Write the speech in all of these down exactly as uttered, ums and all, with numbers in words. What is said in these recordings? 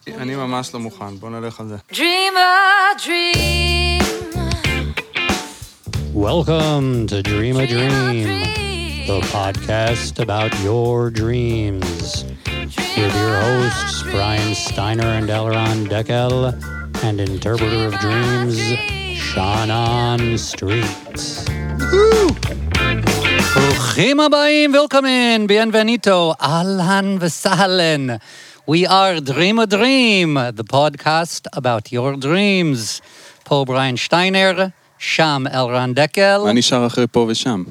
אני ממש לא מוכן, בוא נלך על זה. Dream a dream. Welcome to Dream a Dream, the podcast about your dreams. With your hosts, Brian Steiner and Elron Deckel, and interpreter of dreams, Shannon Street. Bruchim abayim, willkommen, bienvenido, ahlan v'sahlan. We are Dream a Dream, the podcast about your dreams. פה בריין שטיינר, שם אלרן דקל. מה נשאר אחרי פה ושם?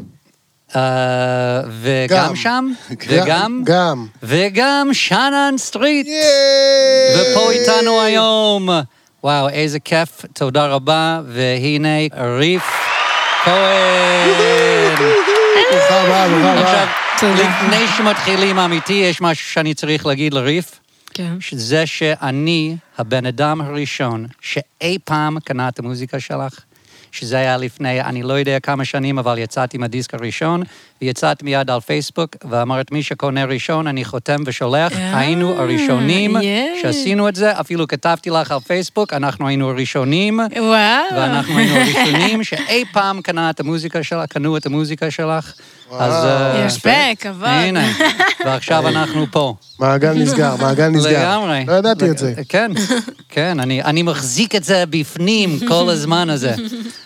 וגם שם, וגם, גם. וגם שנן סטריט. ופה איתנו היום, וואו, איזה כיף, תודה רבה, והנה ריף כהן. ברוכה הבאה, ברוכה הבאה. עכשיו, לפני שמתחילים אמיתי, יש משהו שאני צריך להגיד לריף. כן. שזה שאני הבן אדם הראשון שאי פעם קנה את המוזיקה שלך, שזה היה לפני, אני לא יודע כמה שנים, אבל יצאתי מהדיסק הראשון, ויצאתי מיד על פייסבוק, ואמרת, מי שקונה ראשון, אני חותם ושולח. היינו הראשונים שעשינו את זה, אפילו כתבתי לך על פייסבוק, אנחנו היינו הראשונים, ואנחנו היינו הראשונים שאי פעם קנה את המוזיקה שלך, קנו את המוזיקה שלך. יש פק, אבל. הנה, ועכשיו אנחנו פה. מעגל נסגר, מעגל נסגר. לגמרי. לא ידעתי את זה. כן, כן, אני מחזיק את זה בפנים כל הזמן הזה.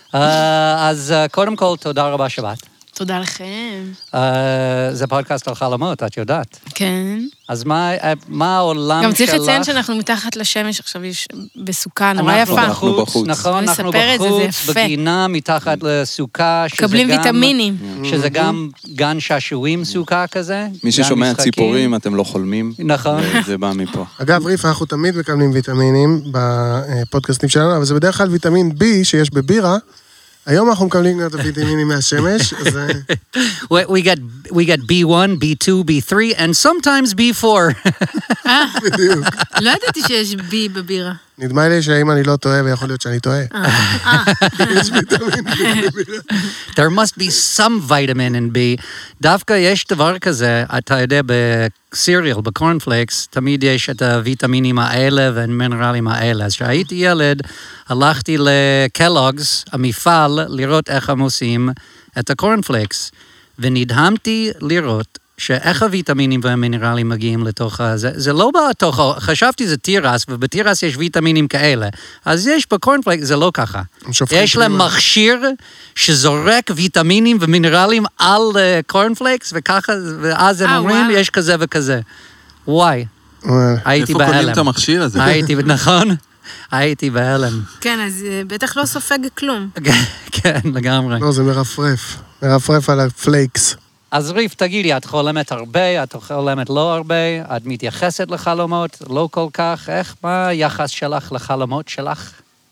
אז קודם כל, תודה רבה שבאת. תודה לכם. זה פודקאסט על חלומות, את יודעת. כן. אז מה העולם שלך? גם צריך לציין שאנחנו מתחת לשמש, עכשיו יש בסוכה נורא יפה. אנחנו בחוץ. נכון, אנחנו בחוץ, בגינה, מתחת לסוכה. קבלים ויטמינים. שזה גם גן שעשועים סוכה כזה. מי ששומע ציפורים, אתם לא חולמים. נכון. זה בא מפה. אגב, ריף, אנחנו תמיד מקבלים ויטמינים בפודקאסטים שלנו, אבל זה בדרך כלל ויטמין B שיש בבירה, היום אנחנו מקבלים את הוויטמינים מהשמש, אז... We get, we get B one, B two, B three, and sometimes B four. אה, לא ידעתי שיש B בבירה. נדמה לי שאם אני לא טועה, ויכול להיות שאני טועה. יש ויטמין B בבירה. There must be some vitamin in B. דווקא יש דבר כזה, אתה יודע, בסיריאל, בקורנפלקס, תמיד יש את הוויטמינים האלה והמינרלים האלה. אז כשהייתי ילד, הלכתי לקלוגס, המפעל, לראות איך הם עושים את הקורנפלקס, ונדהמתי לראות שאיך הוויטמינים והמינרלים מגיעים לתוך זה, זה לא בא לתוך, חשבתי זה תירס, ובתירס יש ויטמינים כאלה, אז יש בקורנפלקס, זה לא ככה. יש להם מכשיר שזורק ויטמינים ומינרלים על קורנפלקס, וככה, ואז הם אומרים, יש כזה וכזה. וואי, הייתי בהלם. איפה קונים את המכשיר הזה? הייתי, נכון? הייתי בהלם. כן, אז בטח לא סופג כלום. כן, לגמרי. לא, זה מרפרף. מרפרף על הפלייקס. אז ריף, תגידי, את חולמת הרבה, את חולמת לא הרבה, את מתייחסת לחלומות, לא כל כך, איך, מה היחס שלך לחלומות שלך?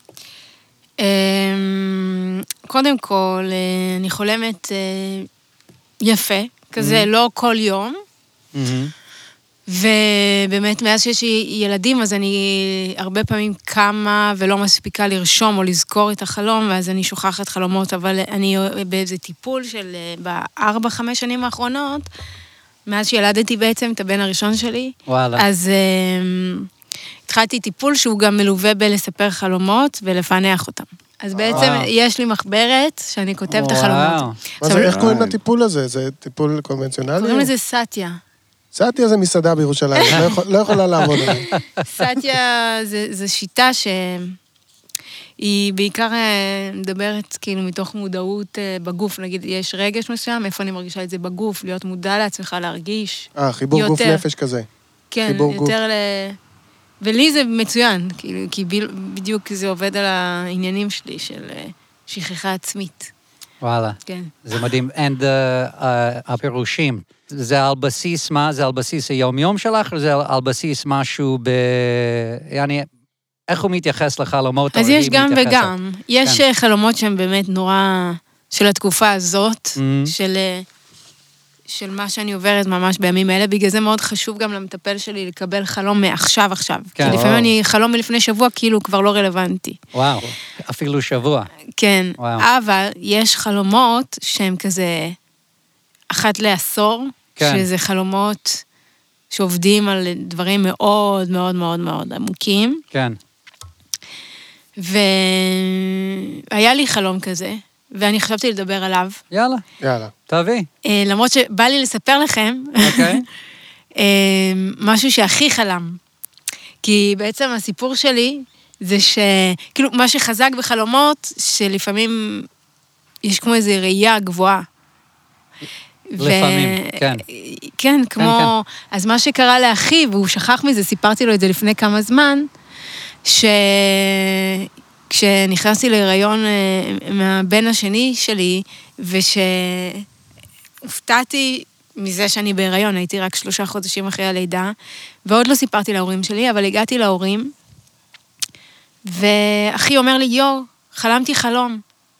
קודם כל, אני חולמת יפה, כזה לא כל יום, ובאמת, מאז שיש לי ילדים, אז אני הרבה פעמים קמה ולא מספיקה לרשום או לזכור את החלום, ואז אני שוכחת חלומות, אבל אני באיזה טיפול של בארבע, חמש שנים האחרונות, מאז שילדתי בעצם את הבן הראשון שלי, וואלה. אז התחלתי טיפול שהוא גם מלווה בלספר חלומות ולפענח אותם. אז בעצם יש לי מחברת שאני כותבת את החלומות. מה זה, איך קוראים לטיפול הזה? זה טיפול קונבנציונלי? קוראים לזה סאטיה. סאטיה זה מסעדה בירושלים, לא יכולה לעבוד עליי. סאטיה זה שיטה שהיא בעיקר מדברת כאילו מתוך מודעות בגוף, נגיד יש רגש מסוים, איפה אני מרגישה את זה בגוף, להיות מודע לעצמך, להרגיש. אה, חיבור גוף נפש כזה. כן, יותר ל... ולי זה מצוין, כי בדיוק זה עובד על העניינים שלי של שכחה עצמית. וואלה, כן. זה מדהים. And uh, uh, הפירושים, זה על בסיס מה? זה על בסיס היום-יום שלך, או זה על בסיס משהו ב... יעני, איך הוא מתייחס לחלומות? אז יש גם וגם. יש כן. חלומות שהם באמת נורא של התקופה הזאת, mm-hmm. של, של מה שאני עוברת ממש בימים האלה, בגלל זה מאוד חשוב גם למטפל שלי לקבל חלום מעכשיו עכשיו. כן. כי לפעמים אני חלום מלפני שבוע, כאילו כבר לא רלוונטי. וואו, אפילו שבוע. כן, וואו. אבל יש חלומות שהם כזה אחת לעשור, כן. שזה חלומות שעובדים על דברים מאוד מאוד מאוד מאוד עמוקים. כן. והיה לי חלום כזה, ואני חשבתי לדבר עליו. יאללה. יאללה. תביא. למרות שבא לי לספר לכם, אוקיי. משהו שהכי חלם. כי בעצם הסיפור שלי זה ש... כאילו, מה שחזק בחלומות, שלפעמים יש כמו איזו ראייה גבוהה. לפעמים, ו... כן. כן, כמו... כן. אז מה שקרה לאחי, והוא שכח מזה, סיפרתי לו את זה לפני כמה זמן, ש... כשנכנסתי להיריון מהבן השני שלי, ושהופתעתי מזה שאני בהיריון, הייתי רק שלושה חודשים אחרי הלידה, ועוד לא סיפרתי להורים שלי, אבל הגעתי להורים, ואחי אומר לי, יו, חלמתי חלום,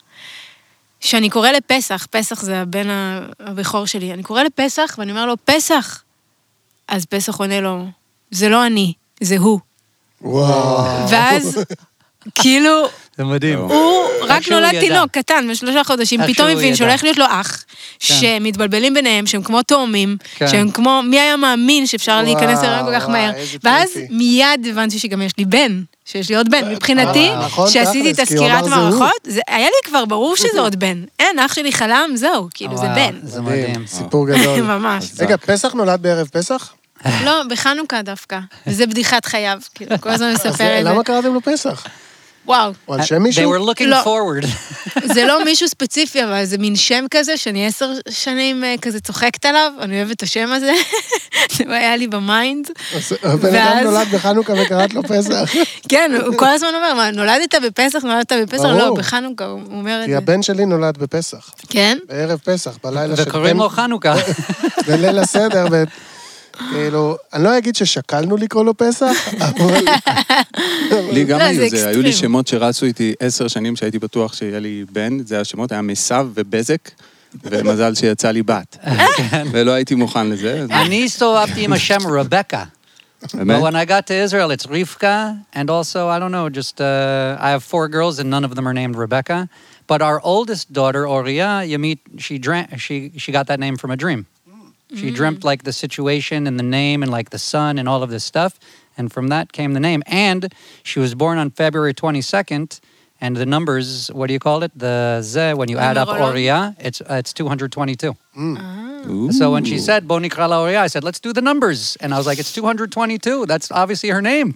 שאני קורא לפסח, פסח זה הבן הבכור שלי, אני קורא לפסח, ואני אומר לו, פסח. אז פסח עונה לו, זה לא אני, זה הוא. וואו. ואז, כאילו, זה מדהים. הוא רק שהוא נולד ידע. תינוק, קטן, בשלושה חודשים, איך פתאום שהוא הבין ידע. שהולך להיות לו אח, שמתבלבלים ביניהם, שהם כמו תאומים, כן. שהם כמו, מי היה מאמין שאפשר וואו, להיכנס אליהם כל כך וואו, מהר. איזה ואז קריטי. מיד הבנתי שגם יש לי בן, שיש לי עוד בן. מבחינתי, אה, נכון, שעשיתי את תכלס, כי הוא הסקירת אמר זה הוא. מערכות, זה- היה לי כבר ברור שזה עוד בן. אין, אח שלי חלם, זהו, כאילו זה וואו, בן. זה מדהים. סיפור גדול. ממש. רגע, פסח נולד בערב פסח? לא, בחנוכה דווקא. וזה בדיחת חייו, כאילו, כל הזמן אז מספר זה- את זה. למה קראתם לו פסח? וואו. הוא על שם They מישהו? were looking לא. forward. זה לא מישהו ספציפי, אבל זה מין שם כזה, שאני עשר שנים אה, כזה צוחקת עליו, אני אוהבת את השם הזה, זה היה לי במיינד. אז הבן אדם ואז- נולד בחנוכה וקראת לו פסח. כן, הוא כל הזמן אומר, מה, נולדת בפסח, נולדת בפסח? ברור. לא, בחנוכה, הוא אומר את כי זה. הבן שלי נולד בפסח. כן? בערב פסח, בלילה של וקוראים בן... לו חנוכה. בליל הסדר, ו... כאילו, אני לא אגיד ששקלנו לקרוא לו פסח, אבל... לי גם לא, היו זה זה, היו לי אקסטרים. שמות שרצו איתי עשר שנים שהייתי בטוח שיהיה לי בן, זה השמות, היה מסב ובזק, ומזל שיצא לי בת. ולא הייתי מוכן לזה. אני הסתובבתי עם השם רבקה. But באמת? when I got to Israel, it's Rivka, and also, I don't know, just, uh, I have four girls, and none of them are named Rebecca. But our oldest daughter, Oria, you meet, she, dra- she, she got that name from a dream. She dreamt, like, the situation and the name and, like, the sun and all of this stuff, and from that came the name. And she was born on February twenty-second, and the numbers, what do you call it? The ze, when you add up Numerology. Oria, it's, uh, it's two hundred twenty-two. Ooh. So when she said, Bo nikra la Oria, I said, let's do the numbers. And I was like, it's two hundred twenty-two. That's obviously her name.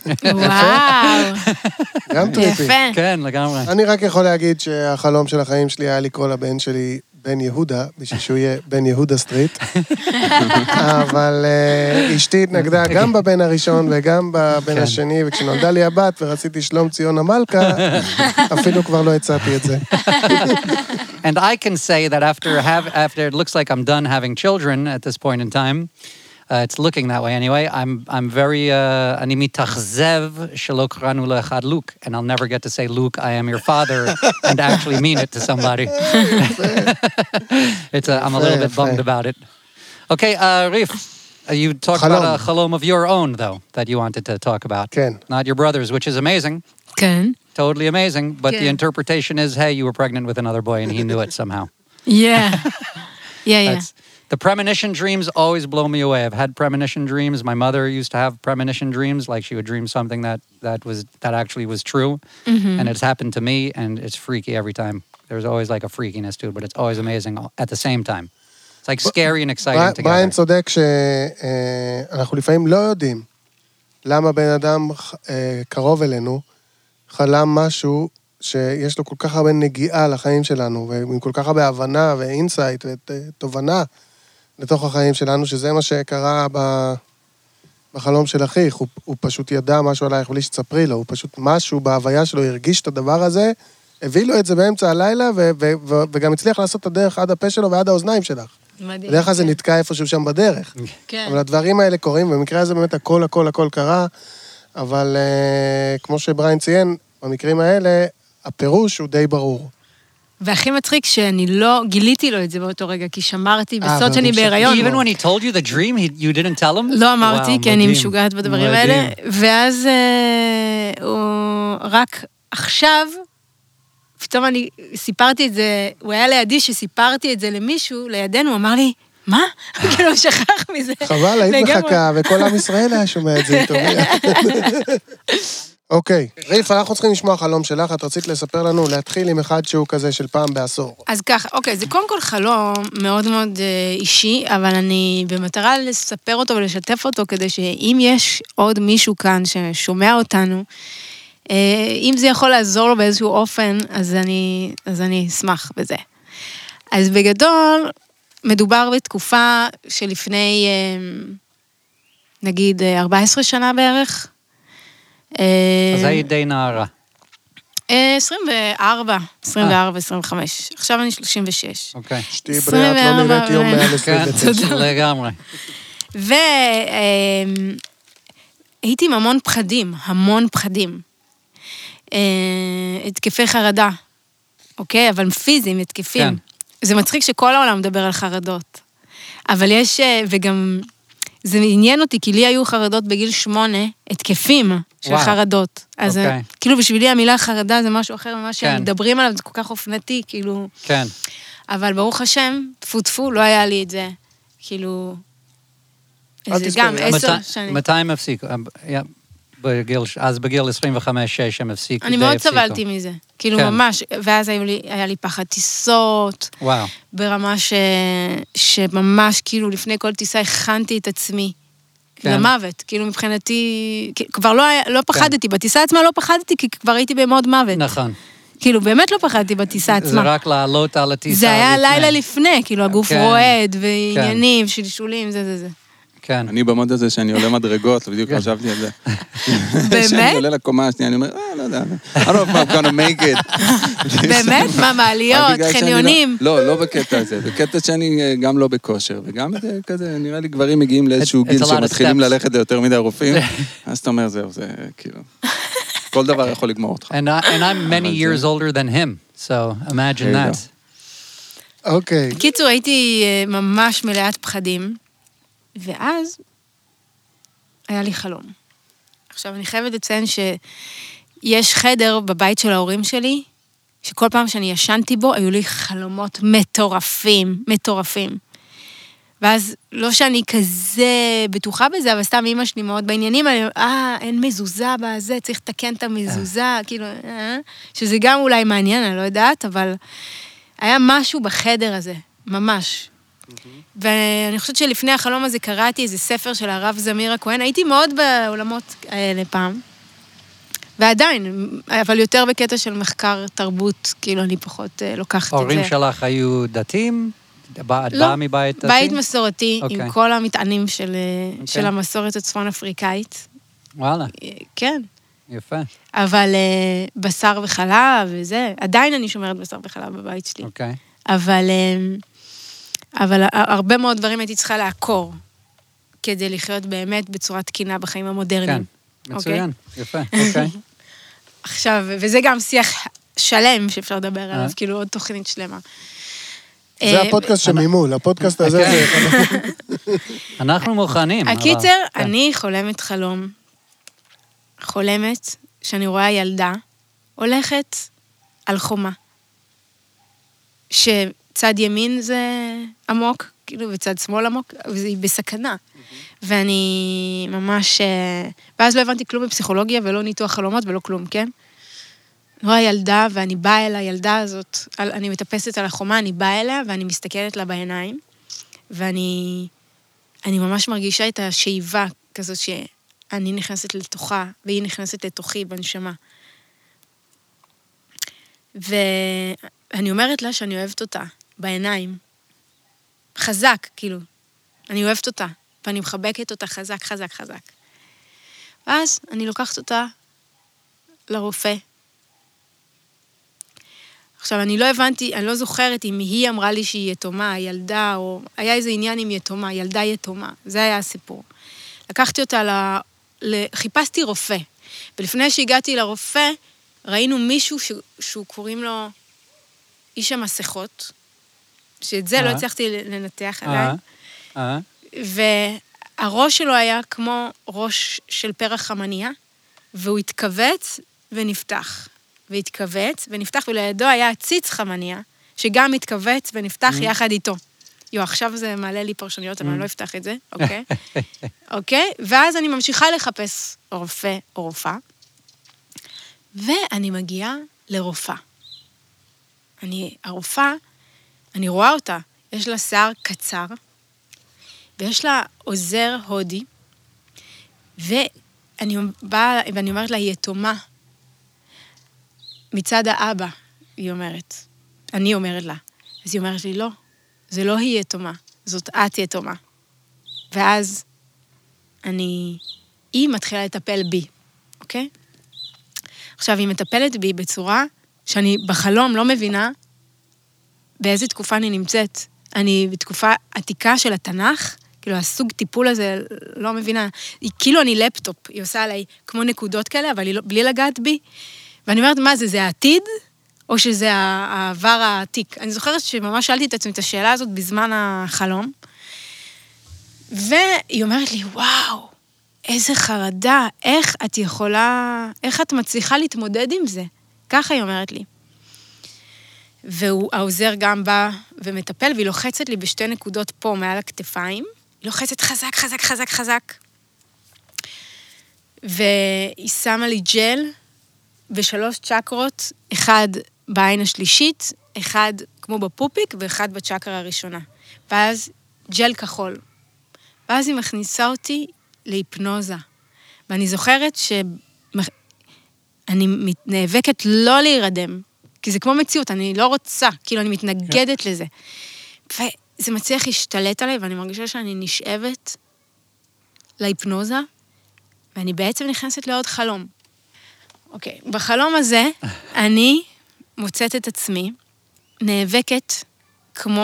וואו, גם טריפי. יפה. כן, לגמרי. אני רק יכול להגיד שהחלום של החיים שלי היה לקרוא לבן שלי בן יהודה, בשביל שהוא יהיה בן יהודה סטריט. אבל אה, אשתי התנגדה גם בבן הראשון וגם בבן השני, וכשנולדה לי הבת ורציתי שלום ציון המלכה, אפילו כבר לא הצעתי את זה. And I can say that after have after it looks like I'm done having children at this point in time, uh, it's looking that way anyway. I'm I'm very uh, אני מתאכזב שלא קראנו לאחד Luke, and I'll never get to say Luke, I am your father, and actually mean it to somebody. It's a, I'm a little bit bummed about it. Okay, uh, Rif, uh, you talked about a chalom of your own though that you wanted to talk about. כן. Not your brother's, which is amazing. כן. Totally amazing, but the Yeah. interpretation is, hey, you were pregnant with another boy and he knew it somehow. Yeah. Yeah, yeah. That's, the premonition dreams always blow me away. I've had premonition dreams. My mother used to have premonition dreams, like she would dream something that, that was that actually was true, and it's happened to me, and it's freaky every time. There's always like a freakiness to it, but it's always amazing at the same time. It's like scary and exciting together. בריין צודק שאנחנו לפעמים לא יודעים למה בן אדם אה, קרוב אלינו חלם משהו שיש לו כל כך הרבה נגיעה לחיים שלנו, ועם כל כך הרבה הבנה ואינסייט ותובנה לתוך החיים שלנו, שזה מה שקרה ב... בחלום של אחיך. הוא, הוא פשוט ידע משהו עלייך בלי שתספרי לו, הוא פשוט משהו בהוויה שלו הרגיש את הדבר הזה, הביא לו את זה באמצע הלילה, ו- ו- ו- וגם הצליח לעשות את הדרך עד הפה שלו ועד האוזניים שלך. מדהים. בדרך כלל זה נתקע איפשהו שם בדרך. כן. אבל הדברים האלה קורים, במקרה הזה באמת הכל, הכל, הכל קרה, אבל uh, כמו שבריין ציין, במקרים האלה, הפירוש הוא די ברור. והכי מצחיק שאני לא, גיליתי לו את זה באותו רגע, כי שמרתי בסוד אבל שאני המשך- בהיריון. Even when he told you the dream, he, you didn't tell him? לא אמרתי, וואו, כי אני מדהים. משוגעת בדברים מדהים. האלה, ואז אה, הוא רק עכשיו, פתאום אני סיפרתי את זה, הוא היה לידי שסיפרתי את זה למישהו, לידינו, הוא אמר לי, מה? כאילו, שכח מזה. חבל, היית מחכה, וכל עם ישראל היה שומע את זה, תומיה. אוקיי, ריף, אנחנו צריכים לשמוע חלום שלך, את רצית לספר לנו, להתחיל עם אחד שהוא כזה של פעם בעשור. אז ככה, אוקיי, זה קודם כל חלום מאוד מאוד אישי, אבל אני במטרה לספר אותו ולשתף אותו, כדי שאם יש עוד מישהו כאן ששומע אותנו, אם זה יכול לעזור לו באיזשהו אופן, אז אני, אז אני אשמח בזה. אז בגדול, מדובר בתקופה שלפני, נגיד, ארבע עשרה שנה בערך. אז היית די נערה. עשרים וארבע, עשרים וארבע, עשרים וחמש. עכשיו אני שלושים ושש. אוקיי. שתהי בריאה, את לא נראית יום מעל עשרים ותשע. כן, לגמרי. והייתי עם המון פחדים, המון פחדים. התקפי חרדה, אוקיי? אבל פיזיים, התקפים. זה מצחיק שכל העולם מדבר על חרדות. אבל יש, וגם, זה עניין אותי, כי לי היו חרדות בגיל שמונה, התקפים של חרדות. אז כאילו בשבילי המילה חרדה זה משהו אחר ממה שמדברים עליו, זה כל כך אופנתי, כאילו. כן. אבל ברוך השם, טפו טפו, לא היה לי את זה. כאילו, זה גם עשר שנים. מתי הם הפסיקו? אז בגיל עשרים וחמש שש הם הפסיקו. אני מאוד סבלתי מזה. כאילו ממש, ואז היה לי פחד טיסות. וואו. ברמה שממש, כאילו, לפני כל טיסה הכנתי את עצמי. למוות. כאילו מבחינתי, כבר לא פחדתי. בטיסה עצמה לא פחדתי, כי כבר הייתי במוד מוות. נכון. כאילו, באמת לא פחדתי בטיסה עצמה. זה רק לעלות על הטיסה. זה היה לילה לפני, כאילו, הגוף רועד, ועניינים, שלשולים, זה, זה, זה. כן. אני במוד הזה שאני עולה מדרגות, בדיוק חשבתי על זה. באמת? שאני עולה לקומה השנייה, אני אומר, אה, לא יודע, I don't know if I'm gonna make it. באמת? מה, מעליות, חניונים? לא, לא בקטע הזה, בקטע שאני גם לא בכושר, וגם כזה, נראה לי גברים מגיעים לאיזשהו גיל שמתחילים ללכת ליותר מדי רופאים, אז אתה אומר, זהו, זה כאילו, כל דבר יכול לגמור אותך. And I'm many years older than him, so imagine that. אוקיי. קיצור, הייתי ממש מלאת פחדים, ואז היה לי חלום. עכשיו, אני חייבת לציין שיש חדר בבית של ההורים שלי, שכל פעם שאני ישנתי בו, היו לי חלומות מטורפים, מטורפים. ואז לא שאני כזה בטוחה בזה, אבל סתם אמא שלי מאוד בעניינים, אני אומרת, אה, אין מזוזה בזה, צריך לתקן את המזוזה, כאילו, אה, שזה גם אולי מעניין, אני לא יודעת, אבל היה משהו בחדר הזה, ממש. ואני חושבת שלפני החלום הזה קראתי איזה ספר של הרב זמיר הכהן, הייתי מאוד בעולמות האלה פעם, ועדיין, אבל יותר בקטע של מחקר תרבות, כאילו אני פחות לוקחת את זה. ההורים שלך היו דתיים? באה מבית דתי? בית מסורתי, עם כל המטענים של המסורת הצפון אפריקאית. וואלה. כן. יפה. אבל בשר וחלב וזה, עדיין אני שומרת בשר וחלב בבית שלי. אוקיי. אבל... אבל הרבה מאוד דברים הייתי צריכה לעקור, כדי לחיות באמת בצורה תקינה בחיים המודרניים. כן, מצוין, יפה, אוקיי. עכשיו, וזה גם שיח שלם שאפשר לדבר עליו, כאילו עוד תוכנית שלמה. זה הפודקאסט שממול, הפודקאסט הזה זה... אנחנו מוכנים. הקיצר, אני חולמת חלום, חולמת שאני רואה ילדה, הולכת על חומה, ש... צד ימין זה עמוק, כאילו, וצד שמאל עמוק, והיא בסכנה. ואני ממש... ואז לא הבנתי כלום בפסיכולוגיה, ולא ניתוח חלומות, ולא כלום, כן? לא הילדה, ואני באה אל הילדה הזאת, אני מטפסת על החומה, אני באה אליה, ואני מסתכלת לה בעיניים, ואני אני ממש מרגישה את השאיבה כזאת שאני נכנסת לתוכה, והיא נכנסת לתוכי בנשמה. ואני אומרת לה שאני אוהבת אותה, בעיניים. חזק, כאילו. אני אוהבת אותה, ואני מחבקת אותה חזק, חזק, חזק. ואז אני לוקחת אותה לרופא. עכשיו, אני לא הבנתי, אני לא זוכרת אם היא אמרה לי שהיא יתומה, ילדה, או היה איזה עניין עם יתומה, ילדה יתומה. זה היה הסיפור. לקחתי אותה, ל... חיפשתי רופא. ולפני שהגעתי לרופא, ראינו מישהו ש... שהוא קוראים לו איש המסכות, שאת זה לא הצלחתי לנתח עליי. והראש שלו היה כמו ראש של פרח חמניה, והוא התכווץ ונפתח. והתכווץ ונפתח, ולידו היה ציץ חמניה, שגם התכווץ ונפתח יחד איתו. יו, עכשיו זה מעלה לי פרשניות, אבל אני לא אפתח את זה, אוקיי? אוקיי? ואז אני ממשיכה לחפש רופא או רופאה, ואני מגיעה לרופאה. אני, הרופאה, אני רואה אותה, יש לה שיער קצר, ויש לה עוזר הודי, ואני באה, ואני אומרת לה, היא יתומה. מצד האבא, היא אומרת. אני אומרת לה. אז היא אומרת לי, לא, זה לא היא יתומה, זאת את יתומה. ואז אני, היא מתחילה לטפל בי, אוקיי? עכשיו, היא מטפלת בי בצורה שאני בחלום לא מבינה באיזה תקופה אני נמצאת. אני בתקופה עתיקה של התנ"ך, כאילו הסוג טיפול הזה לא מבינה. היא כאילו אני לפטופ, היא עושה עליי כמו נקודות כאלה, אבל היא לא, בלי לגעת בי. ואני אומרת, מה זה, זה העתיד? או שזה העבר העתיק? אני זוכרת שממש שאלתי את עצמי את השאלה הזאת בזמן החלום, והיא אומרת לי, וואו, איזה חרדה, איך את יכולה, איך את מצליחה להתמודד עם זה? ככה היא אומרת לי. והעוזר גם בא ומטפל, והיא לוחצת לי בשתי נקודות פה מעל הכתפיים, היא לוחצת חזק, חזק, חזק, חזק, והיא שמה לי ג'ל בשלוש צ'קרות, אחד בעין השלישית, אחד כמו בפופיק, ואחד בצ'קרה הראשונה. ואז ג'ל כחול. ואז היא מכניסה אותי להיפנוזה. ואני זוכרת שאני נאבקת לא להירדם, כי זה כמו מציאות, אני לא רוצה, כאילו אני מתנגדת לזה. וזה מצליח להשתלט עליי, ואני מרגישה שאני נשאבת להיפנוזה, ואני בעצם נכנסת לעוד חלום. אוקיי, בחלום הזה, אני מוצאת את עצמי, נאבקת כמו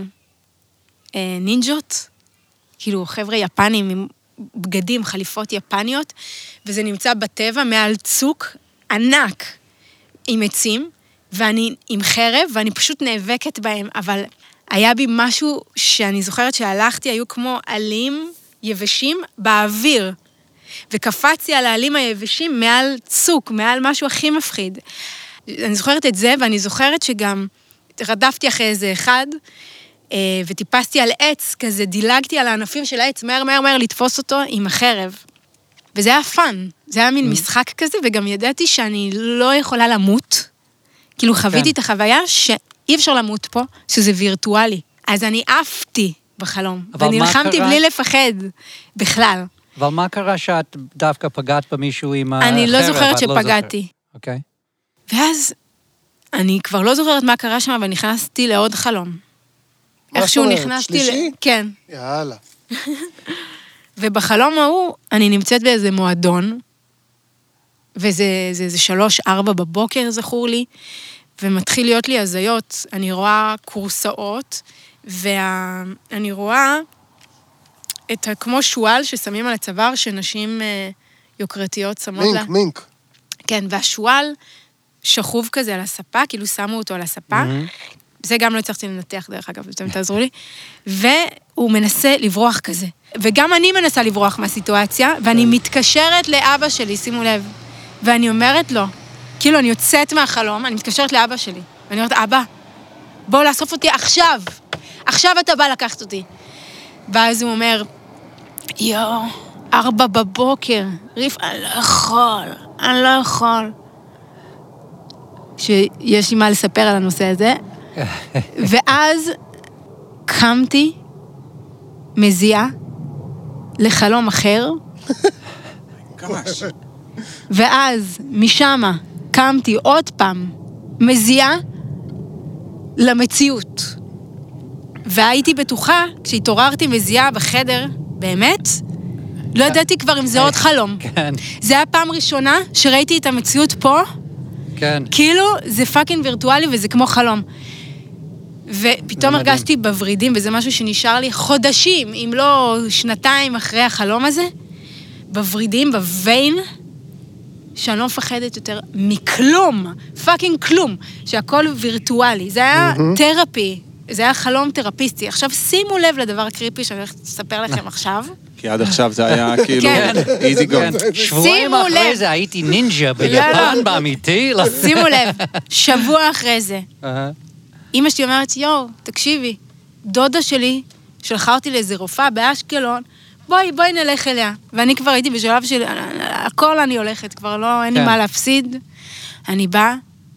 אה, נינג'ות, כאילו חבר'ה יפנים עם בגדים, חליפות יפניות, וזה נמצא בטבע מעל צוק ענק עם עצים, ואני עם חרב, ואני פשוט נאבקת בהם, אבל היה בי משהו שאני זוכרת שהלכתי, היו כמו עלים יבשים באוויר, וקפצתי על העלים היבשים מעל צוק, מעל משהו הכי מפחיד. אני זוכרת את זה, ואני זוכרת שגם רדפתי אחרי איזה אחד, וטיפסתי על עץ כזה, דילגתי על הענפים של העץ, מהר, מהר, מהר, לתפוס אותו עם החרב. וזה היה פאן, זה היה מין משחק כזה, וגם ידעתי שאני לא יכולה למות, כאילו חוויתי את החוויה שאי אפשר למות פה, שזה וירטואלי. אז אני עפתי בחלום, ונלחמתי בלי לפחד בכלל. אבל מה קרה שאת דווקא פגעת במישהו עם החרב? אני לא זוכרת שפגעתי. אוקיי. ואז אני כבר לא זוכרת מה קרה שם, אבל נכנסתי לעוד חלום. איכשהו נכנסתי... שלישי? כן. יאללה. ובחלום ההוא, אני נמצאת באיזה מועדון, וזה זה, זה שלוש, ארבע בבוקר, זכור לי, ומתחיל להיות לי הזיות. אני רואה קורסאות, ואני רואה את כמו שואל ששמים על הצוואר, שנשים יוקרתיות שמות לה. מינק, מינק. כן, והשואל שכוב כזה על הספה, כאילו שמו אותו על הספה, זה גם לא הצלחתי לנתח דרך אגב, אתם תעזרו לי, והוא מנסה לברוח כזה. וגם אני מנסה לברוח מהסיטואציה, ואני מתקשרת לאבא שלי, שימו לב, ואני אומרת לו, כאילו אני יוצאת מהחלום, אני מתקשרת לאבא שלי, ואני אומרת, אבא, בוא לאסוף אותי עכשיו, עכשיו אתה בא לקחת אותי. ואז הוא אומר, יו, ארבע בבוקר, ריף, אני לא יכול, אני לא יכול. שיש לי מה לספר על הנושא הזה, ואז קמתי, מזיעה, לחלום אחר, ואז משמה קמתי עוד פעם, מזיעה, למציאות. והייתי בטוחה, כשהתעוררתי מזיעה בחדר, באמת, לא ידעתי כבר אם זה עוד חלום. כן. זה היה פעם ראשונה שראיתי את המציאות פה, כן. כאילו זה פאקינג וירטואלי וזה כמו חלום. ופתאום הרגשתי בוורידים, וזה משהו שנשאר לי חודשים, אם לא שנתיים אחרי החלום הזה, בוורידים, בוויין, שאני לא מפחדת יותר מכלום, פאקינג כלום, שהכל וירטואלי. זה היה תרפי, זה היה חלום תרפיסטי. עכשיו שימו לב לדבר הקריפי שאני הולכת לספר לכם עכשיו. כי עד עכשיו זה היה כאילו איזי גון. שבועיים אחרי זה הייתי נינג'ה ביפן באמיתי. שימו לב, שבוע אחרי זה. אמא שלי אומרת, יו, תקשיבי, דודה שלי שלחה אותי לאיזה רופאה באשקלון, בואי, בואי נלך אליה. ואני כבר הייתי בשלב של, הכל אני הולכת, כבר לא, אין לי מה להפסיד. אני באה,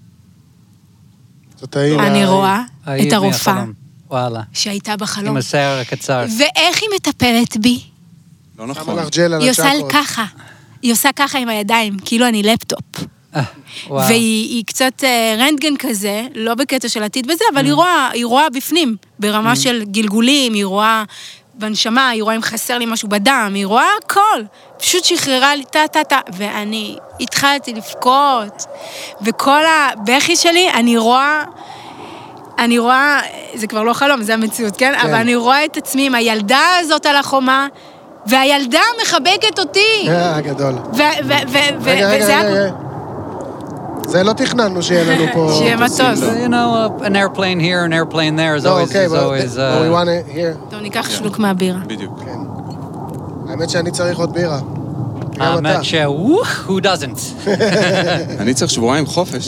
אני רואה את הרופאה, שהייתה בחלום. עם השיער הקצר. ואיך היא מטפלת בי? לא נכון. היא עושה ככה, היא עושה ככה עם הידיים, כאילו אני לפטופ. והיא קצת רנטגן כזה, לא בקטע של עתיד בזה, אבל היא רואה בפנים, ברמה של גלגולים, היא רואה בנשמה, היא רואה אם חסר לי משהו בדם, היא רואה הכל. פשוט שחררה לי, טה, טה, טה, ואני התחלתי לבכות, וכל הבכי שלי, אני רואה, אני רואה, זה כבר לא חלום, זה המציאות, כן? אבל אני רואה את עצמי עם הילדה הזאת על החומה, והילדה מחבקת אותי. אה, גדול. רגע, רגע, רגע. זה לא תכננו שיהיה לנו פה... שיהיה מטוס. You know, an airplane here, an airplane there is always... אוקיי, אבל we want it here. טוב, ניקח שלוק מהבירה. בדיוק. כן. האמת שאני צריך עוד בירה. האמת ש... who doesn't? אני צריך שבועיים חופש.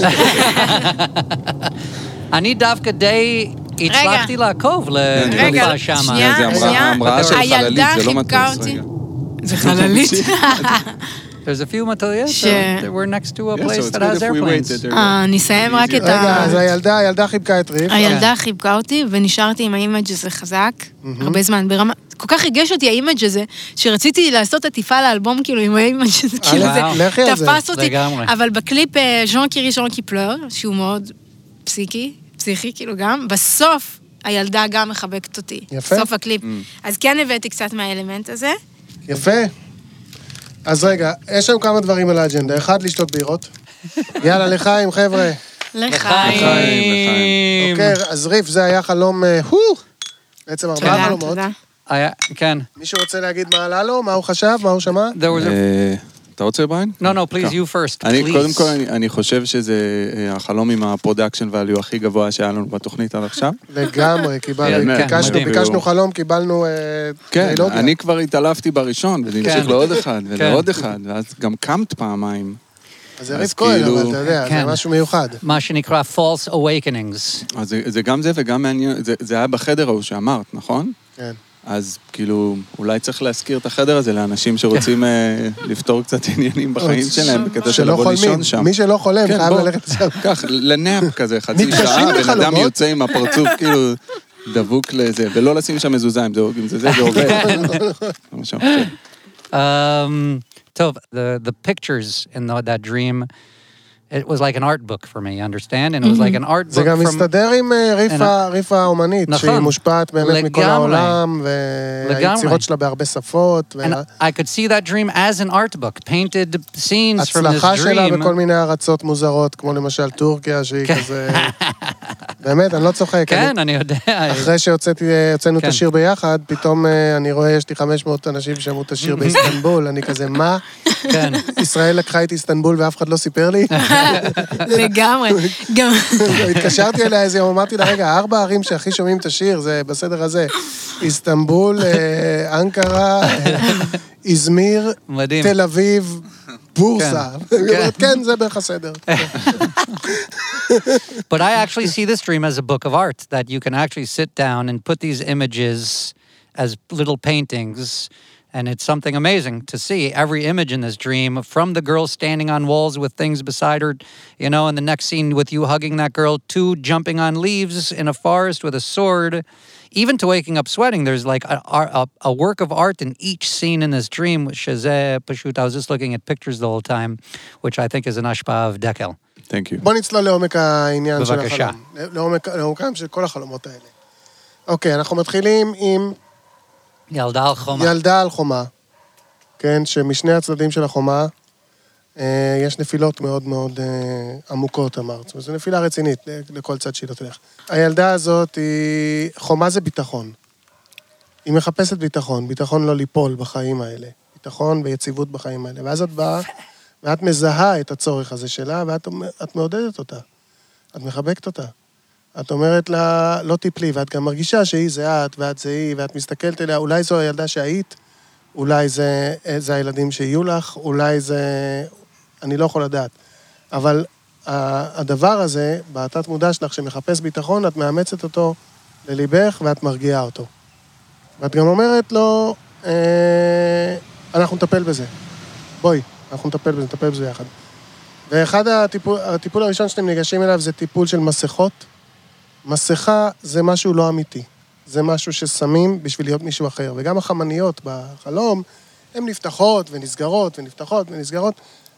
אני דווקא די הצלחתי לעקוב לתקופה שמה. שנייה, שנייה. המראה של חללית, זה לא מטוס. זה חללית. There's a few מטויות, so we're next to a place that has airplanes. אה, נסיים רק את ה... רגע, אז הילדה, הילדה חיבקה את ריף. הילדה חיבקה אותי, ונשארתי עם האימג' הזה חזק, הרבה זמן, ברמה... כל כך ריגש אותי האימג' הזה, שרציתי לעשות עטיפה לאלבום, כאילו, עם האימג' הזה, כאילו זה תפס אותי. אבל בקליפ ז'אן קירי ז'אן קי פלור, שהוא מאוד פסיקי, פסיכי, כאילו גם, בסוף הילדה גם מחבקת אותי. יפה. סוף הקליפ. אז כן הבאתי קצת מהאלמנט הזה. יפה. אז רגע, יש לנו כמה דברים על האג'נדה. אחד, לשתות בירות. יאללה, לחיים, חבר'ה. לחיים. אוקיי, אז ריף, זה היה חלום, הו, בעצם ארבעה חלומות. תודה, תודה. כן. מישהו רוצה להגיד מה עלה לו? מה הוא חשב? מה הוא שמע? אתה רוצה, בריין? No, no, please, you first, please. קודם כל, אני חושב שזה החלום עם הפרודקשן והליו הכי גבוה שהיה לנו בתוכנית עד עכשיו. לגמרי, קיבלנו, ביקשנו חלום, קיבלנו טרילוגיה. כן, אני כבר התעלפתי בראשון, וזה המשיך לעוד אחד, ולעוד אחד, ואז גם קמת פעמיים. אז זה ריף כהן, אבל אתה יודע, זה משהו מיוחד. מה שנקרא false awakenings. אז זה גם זה וגם מעניין, זה היה בחדר ההוא שאמרת, נכון? כן. אז כאילו, אולי צריך להזכיר את החדר הזה לאנשים שרוצים לפתור קצת עניינים בחיים שלהם, בקטע של לבוא לישון שם. מי שלא חולם, חייב ללכת שם. כך, לנאפ כזה, חצי שעה, בן אדם יוצא עם הפרצוף כאילו דבוק לזה, ולא לשים שם מזוזה, אם זה זה, זה עובד. טוב, the pictures in that dream, it was like an art book for me, understand? And it was like an art book זה גם מסתדר עם ריפה האומנית, שהיא מושפעת באמת מכל העולם, והיצירות שלה בהרבה שפות. And I could see that dream as an art book, painted scenes from this dream. הצלחה שלה בכל מיני ארצות מוזרות, כמו למשל טורקיה, שהיא כזה... באמת, אני לא צוחק. כן, אני יודע. אחרי שהוצאנו את השיר ביחד, פתאום אני רואה, יש לי חמש מאות אנשים שמעו את השיר באיסטנבול, אני כזה, מה? כן. ישראל לקחה את איסטנבול ואף אחד לא סיפר לי? לגמרי. גם... התקשרתי אליה איזה יום, אמרתי לה, רגע, ארבע ערים שהכי שומעים את השיר, זה בסדר הזה. איסטנבול, אנקרה, איזמיר, תל אביב, בורסה. כן, זה בערך הסדר. But I actually see this dream as a book of art, that you can actually sit down and put these images as little paintings, and it's something amazing to see. Every image in this dream, from the girl standing on walls with things beside her, you know, and the next scene with you hugging that girl, to jumping on leaves in a forest with a sword, even to waking up sweating, there's like a, a, a work of art in each scene in this dream, which is, uh, I was just looking at pictures the whole time, which I think is an ashpa of Dekel. Thank you. בוא נצלול לעומק העניין של בבקשה. החלום. לעומק, לעומקם של כל החלומות האלה. אוקיי, אנחנו מתחילים עם... ילדה על חומה. ילדה על חומה. כן, שמשני הצדדים של החומה, אה, יש נפילות מאוד מאוד אה, עמוקות, אמרת. זאת אומרת, זו נפילה רצינית לכל צד שהיא לא תלך. הילדה הזאת היא... חומה זה ביטחון. היא מחפשת ביטחון, ביטחון לא ליפול בחיים האלה. ביטחון ויציבות בחיים האלה. ואז את באה... ואת מזהה את הצורך הזה שלה, ואת את מעודדת אותה. את מחבקת אותה. את אומרת לה, לא תיפלי, ואת גם מרגישה שהיא זה את, ואת זה היא, ואת מסתכלת אליה, אולי זו הילדה שהיית, אולי זה, זה הילדים שיהיו לך, אולי זה... אני לא יכול לדעת. אבל הדבר הזה, בתת מודע שלך, שמחפש ביטחון, את מאמצת אותו לליבך, ואת מרגיעה אותו. ואת גם אומרת לו, אה, אנחנו נטפל בזה. בואי, אנחנו נטפל בזה, נטפל בזה יחד. ואחד הטיפול, הטיפול הראשון שאתם ניגשים אליו זה טיפול של מסכות. מסכה זה משהו לא אמיתי. זה משהו ששמים בשביל להיות מישהו אחר. וגם החמניות בחלום, הן נפתחות ונסגרות ונפתחות ונסגרות.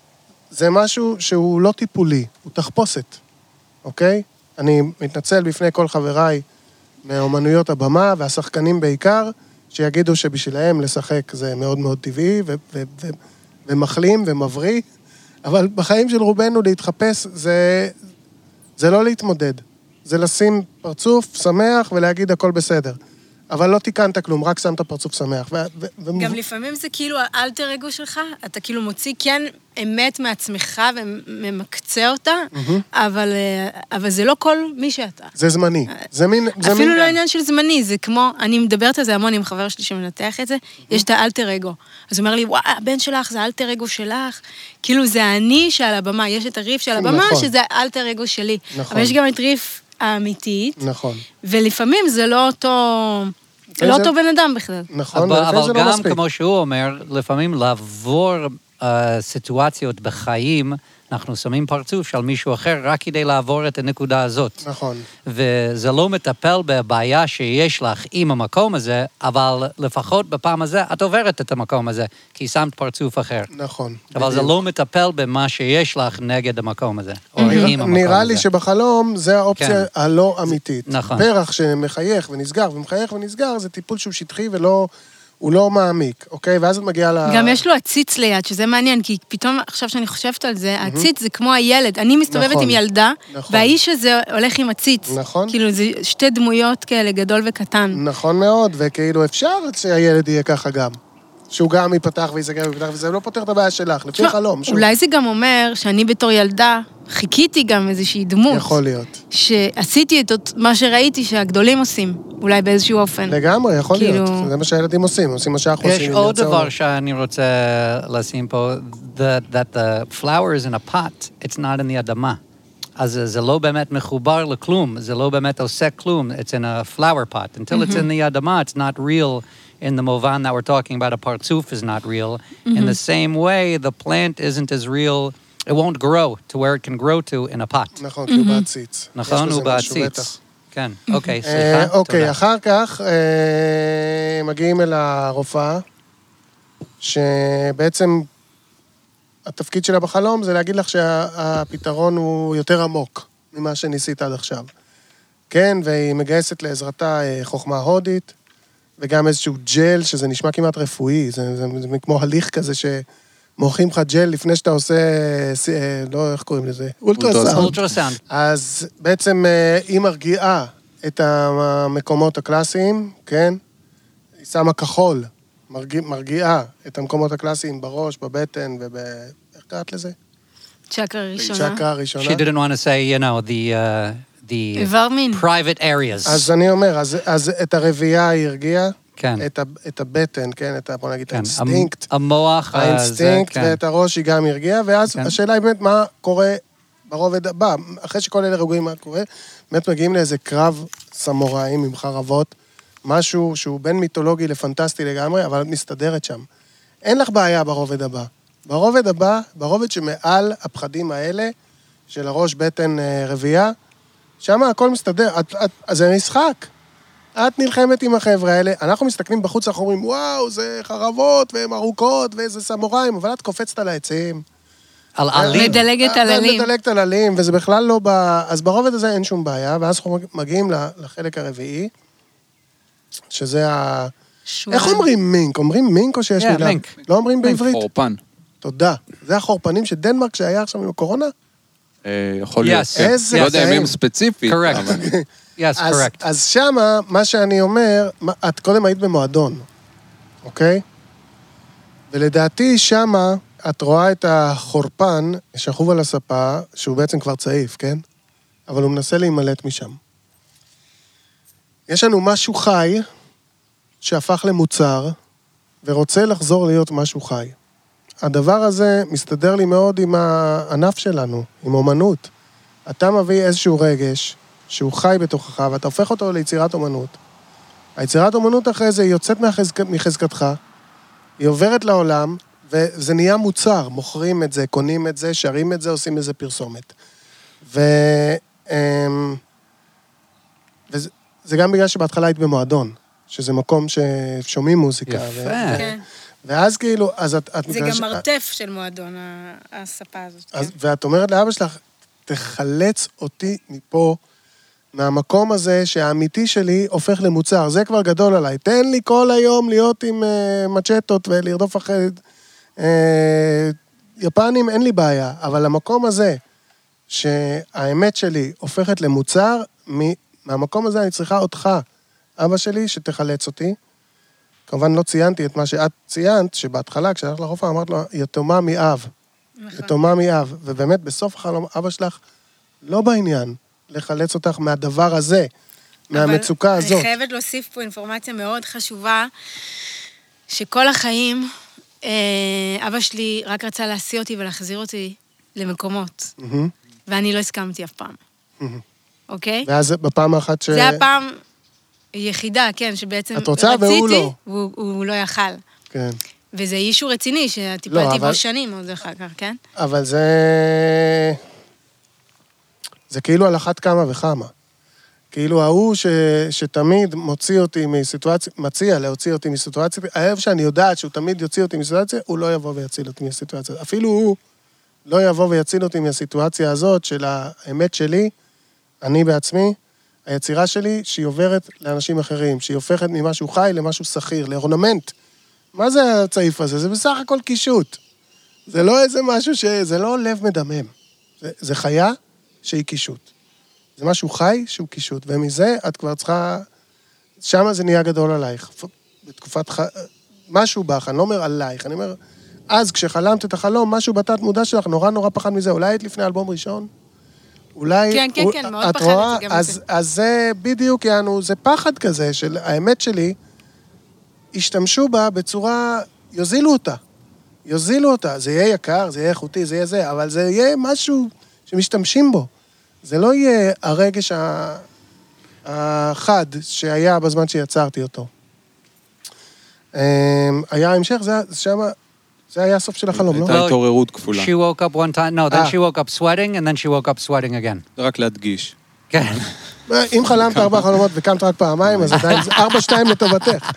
זה משהו שהוא לא טיפולי, הוא תחפושת, אוקיי? אני מתנצל בפני כל חבריי מאומנויות הבמה והשחקנים בעיקר, שיגידו שבשבילהם לשחק זה מאוד מאוד טבעי ו- ו- ו- ומחלים ומבריא, אבל בחיים של רובנו להתחפש זה, זה לא להתמודד. זה לשים פרצוף שמח ולהגיד הכל בסדר. אבל לא תיקנת כלום, רק שמת פרצוף שמח. ו- ו- ו- גם לפעמים זה כאילו האלטר אגו שלך, אתה כאילו מוציא כן אמת מעצמך וממקצה אותה, אבל, אבל זה לא כל מי שאתה. זה זמני. זה מין, זה אפילו מין... לא עניין של זמני, זה כמו, אני מדברת על זה המון עם חבר שלי שמנתח את זה, יש את האלטר אגו. אז הוא אומר לי, וואי, הבן שלך זה האלטר אגו שלך, כאילו זה אני שעל הבמה, יש את הריף של הבמה, נכון. שזה האלטר אגו שלי. נכון. אבל יש גם את ריף האמיתית, נכון. ולפעמים זה לא אותו... לא אותו בן אדם בכלל. נכון, אבל, ולפעמים אבל זה לא גם, מספיק. כמו שהוא אומר, לפעמים לעבור uh, סיטואציות בחיים, אנחנו שמים פרצוף של מישהו אחר רק כדי לעבור את הנקודה הזאת. נכון. וזה לא מטפל בבעיה שיש לך עם המקום הזה, אבל לפחות בפעם הזה את עוברת את המקום הזה, כי שמת פרצוף אחר. נכון. אבל זה לא מטפל במה שיש לך נגד המקום הזה, או עם המקום הזה. נראה לי שבחלום זה האופציה הלא אמיתית. נכון. פרח שמחייך ונסגר ומחייך ונסגר, זה טיפול שהוא שטחי ולא... הוא לא מעמיק, אוקיי? ואז את מגיעה ל... גם יש לו עציץ ליד, שזה מעניין, כי פתאום, עכשיו שאני חושבת על זה, העציץ זה כמו הילד. אני מסתובבת נכון, עם ילדה, נכון. והאיש הזה הולך עם עציץ. נכון. כאילו, זה שתי דמויות כאלה, גדול וקטן. נכון מאוד, וכאילו אפשר שהילד יהיה ככה גם. שהוא גם ייפתח ויסגר ויפתח, וזה לא פותר את הבעיה שלך, לפי תשמע, חלום. שוב. אולי זה גם אומר שאני בתור ילדה, חיכיתי גם איזושהי דמות. יכול להיות. שעשיתי את מה שראיתי שהגדולים עושים, אולי באיזשהו אופן. לגמרי, יכול כאילו... להיות. זה מה שהילדים עושים, עושים מה שאנחנו עושים. יש עוד דבר שאני רוצה לשים פה, that, that the flowers in a pot, it's not in the אדמה. אז זה לא באמת מחובר לכלום, זה לא באמת עושה כלום, it's in a flower pot. Until it's in the אדמה, it's not real in the movan that we're talking about, a partzuf is not real. In the same way, the plant isn't as real, it won't grow to where it can grow to in a pot. נכון, כי הוא בעציץ. נכון, הוא בעציץ. כן, אוקיי, סליחה, תודה. אוקיי, אחר כך מגיעים אל הרופאה, שבעצם התפקיד שלה בחלום זה להגיד לך שהפתרון הוא יותר עמוק ממה שניסית עד עכשיו. כן, והיא מגייסת לעזרתה חוכמה הודית, וגם איזשהו ג'ל, שזה נשמע כמעט רפואי, זה, זה, זה כמו הליך כזה שמורחים לך ג'ל לפני שאתה עושה, לא, איך קוראים לזה? אולטרסאונד. אולטרסאונד. אז בעצם היא מרגיעה את המקומות הקלאסיים, כן? היא שמה כחול, מרגיע, מרגיעה את המקומות הקלאסיים בראש, בבטן וב... איך קראת לזה? צ'קרה ראשונה. צ'קרה ראשונה. She didn't want to say, you know, the, uh, the איבר מין. private areas. אז אני אומר, אז, אז את הרבייה היא הרגיעה, כן. את, ה, את הבטן, כן, את ה, בוא נגיד, כן. האינסטינקט, המוח, האינסטינקט, זה, ואת הראש היא גם הרגיעה, ואז כן. השאלה היא באמת מה קורה ברובד הבא, אחרי שכל אלה רגועים מה קורה, באמת מגיעים לאיזה קרב סמוראים עם חרבות, משהו שהוא בין מיתולוגי לפנטסטי לגמרי, אבל את מסתדרת שם. אין לך בעיה ברובד הבא. ברובד הבא, ברובד שמעל הפחדים האלה, של הראש בטן רבייה, שם הכל מסתדר, את, את, אז זה משחק. את נלחמת עם החבר'ה האלה, אנחנו מסתכלים בחוץ, אנחנו אומרים, וואו, זה חרבות, והן ארוכות, ואיזה סמוראים, אבל את קופצת על העצים. על עלים. מדלגת על עלים. מדלגת על עלים, וזה בכלל לא ב... אז ברובד הזה אין שום בעיה, ואז אנחנו מגיעים לחלק הרביעי, שזה ה... איך אומרים מינק? אומרים מינק או שיש מילה? מינק. לא אומרים בעברית? חורפן. תודה. זה החורפנים של דנמרק שהיה עכשיו עם הקורונה? יכול להיות. Yes. כן. איזה לא יודע אם חיים. הם ספציפית. Correct. אבל- Yes, אז, correct. אז שמה, מה שאני אומר, מה- את קודם היית במועדון, אוקיי? ולדעתי שמה, את רואה את החורפן שכוב על הספה, שהוא בעצם כבר צעיף, כן? אבל הוא מנסה להימלט משם. יש לנו משהו חי, שהפך למוצר, ורוצה לחזור להיות משהו חי. הדבר הזה מסתדר לי מאוד עם הענף שלנו, עם אומנות. אתה מביא איזשהו רגש, שהוא חי בתוכך, ואתה הופך אותו ליצירת אומנות. היצירת אומנות אחרי זה היא יוצאת מחזק, מחזקתך, היא עוברת לעולם, וזה נהיה מוצר, מוכרים את זה, קונים את זה, שרים את זה, עושים איזה פרסומת. ו... וזה זה גם בגלל שבהתחלה היית במועדון, שזה מקום ששומעים מוזיקה. יפה. ו... כן. ואז כאילו, אז את... את זה מגרש... גם מרתף של מועדון, הספה הזאת. אז, כן. ואת אומרת לאבא שלך, תחלץ אותי מפה, מהמקום הזה שהאמיתי שלי הופך למוצר. זה כבר גדול עליי. תן לי כל היום להיות עם uh, מצ'טות ולרדוף אחרי uh, יפנים, אין לי בעיה. אבל המקום הזה, שהאמת שלי הופכת למוצר, מהמקום הזה אני צריכה אותך, אבא שלי, שתחלץ אותי. כמובן לא ציינתי את מה שאת ציינת, שבהתחלה, כשהלך לחופה, אמרת לו, יתומה מאב. נכון. יתומה מאב. ובאמת, בסוף החלום, אבא שלך לא בעניין לחלץ אותך מהדבר הזה, מהמצוקה הזאת. אבל אני חייבת להוסיף פה אינפורמציה מאוד חשובה, שכל החיים, אבא שלי רק רצה להשיא אותי ולהחזיר אותי למקומות. ואני לא הסכמתי אף פעם. אוקיי? ואז בפעם האחת ש... זה הפעם יחידה, כן, שבעצם את רוצה רציתי, והוא לא. והוא, הוא לא יכל. כן. וזה אישו רציני, שטיפלתי לא, אבל... בו שנים עוד אחר כך, כן? אבל זה... זה כאילו על אחת כמה וכמה. כאילו ההוא ש... שתמיד מוציא אותי מסיטואציה, מציע להוציא אותי מסיטואציה, האהב שאני יודעת שהוא תמיד יוציא אותי מסיטואציה, הוא לא יבוא ויציל אותי מסיטואציה. אפילו הוא לא יבוא ויציל אותי מהסיטואציה הזאת של האמת שלי, אני בעצמי, היצירה שלי, שהיא עוברת לאנשים אחרים, שהיא הופכת ממשהו חי למשהו שכיר, לאורנמנט. מה זה הצעיף הזה? זה בסך הכל קישוט. זה לא איזה משהו ש... זה לא לב מדמם. זה, זה חיה שהיא קישוט. זה משהו חי שהוא קישוט, ומזה את כבר צריכה... שמה זה נהיה גדול עלייך. בתקופת ח... משהו בך, אני לא אומר עלייך, אני אומר... אז כשחלמת את החלום, משהו בתת מודע שלך, נורא נורא פחד מזה. אולי היית לפני אלבום ראשון? אולי... כן, כן, כן, מאוד פחדתי גם אז, זה. אז זה בדיוק, יענו, זה פחד כזה של האמת שלי, השתמשו בה בצורה, יוזילו אותה. יוזילו אותה. זה יהיה יקר, זה יהיה איכותי, זה יהיה זה, אבל זה יהיה משהו שמשתמשים בו. זה לא יהיה הרגש החד שהיה בזמן שיצרתי אותו. היה המשך, זה שמה... זה היה הסוף של החלום, לא? הייתה התעוררות כפולה. She woke up one time, no, then she woke up sweating, and then she woke up sweating again. זה רק להדגיש. כן. אם חלמת ארבע חלומות וקמת רק פעמיים, אז עדיין זה ארבע שתיים לטובתך.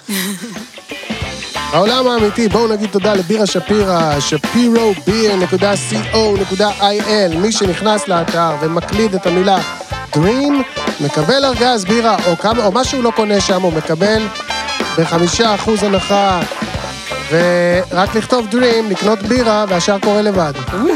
העולם האמיתי, בואו נגיד תודה לבירה שפירה, שפירו ביר נקודה סי או נקודה איי אל, מי שנכנס לאתר ומקליד את המילה Dream, מקבל ארגז בירה, או, כמה, או משהו לא קונה שם, הוא מקבל בחמישה אחוז הנחה, ורק לכתוב Dream, לקנות בירה, והשאר קורה לבד.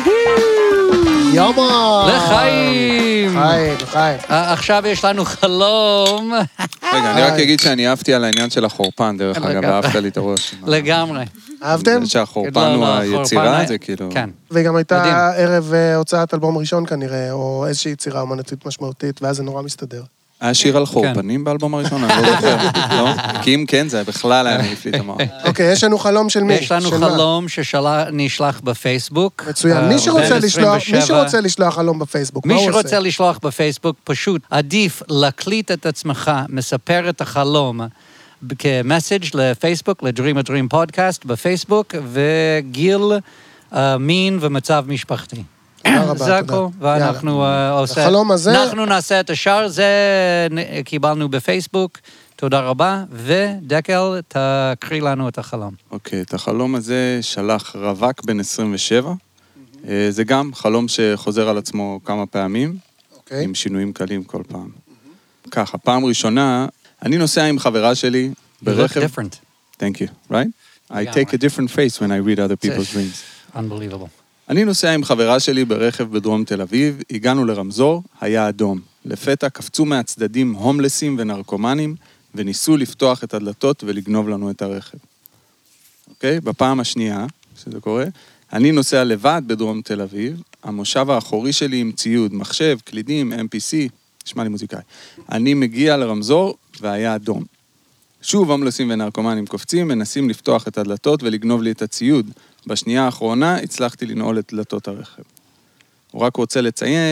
יומו! לחיים! לחיים, לחיים. עכשיו יש לנו חלום. רגע, אני רק אגיד שאני אהבתי על העניין של החורפן, דרך אגב, אהבת לי את הראש. לגמרי. אהבתם? זה שהחורפן הוא היצירה, זה כאילו... כן. וגם הייתה ערב הוצאת אלבום ראשון כנראה, או איזושהי יצירה אומנותית משמעותית, ואז זה נורא מסתדר. היה שיר על חורפנים באלבום הראשון, אני לא זוכר, לא? כי אם כן, זה בכלל היה מעיף לי את המוח. אוקיי, יש לנו חלום של מי? יש לנו חלום שנשלח בפייסבוק. מצוין. מי שרוצה לשלוח, מי שרוצה לשלוח חלום בפייסבוק, מה הוא מי עושה? שרוצה לשלוח בפייסבוק, פשוט עדיף להקליט את עצמך, מספר את החלום, כמסאג' לפייסבוק, לדרים הדרים פודקאסט בפייסבוק, וגיל, מין ומצב משפחתי. תודה רבה, זה הכל, ואנחנו עושה... החלום הזה... אנחנו נעשה את השאר, זה קיבלנו בפייסבוק, תודה רבה, ודקל, תקריא לנו את החלום. אוקיי, את החלום הזה שלח רווק בן עשרים ושבע, זה גם חלום שחוזר על עצמו כמה פעמים, עם שינויים קלים כל פעם. ככה, פעם ראשונה, אני נוסע עם חברה שלי ברכב... You look different. Thank you, right? I take a different face when I read other people's dreams. Unbelievable. אני נוסע עם חברה שלי ברכב בדרום תל אביב, הגענו לרמזור, היה אדום. לפתע קפצו מהצדדים הומלסים ונרקומנים, וניסו לפתוח את הדלתות ולגנוב לנו את הרכב. אוקיי? בפעם השנייה, שזה קורה, אני נוסע לבד בדרום תל אביב, המושב האחורי שלי עם ציוד, מחשב, קלידים, אם פי סי, נשמע לי מוזיקאי. אני מגיע לרמזור והיה אדום. שוב הומלסים ונרקומנים קופצים, מנסים לפתוח את הדלתות ולגנוב לי את הציוד. בשנייה האחרונה הצלחתי לנעול את דלתות הרכב. הוא רק רוצה לציין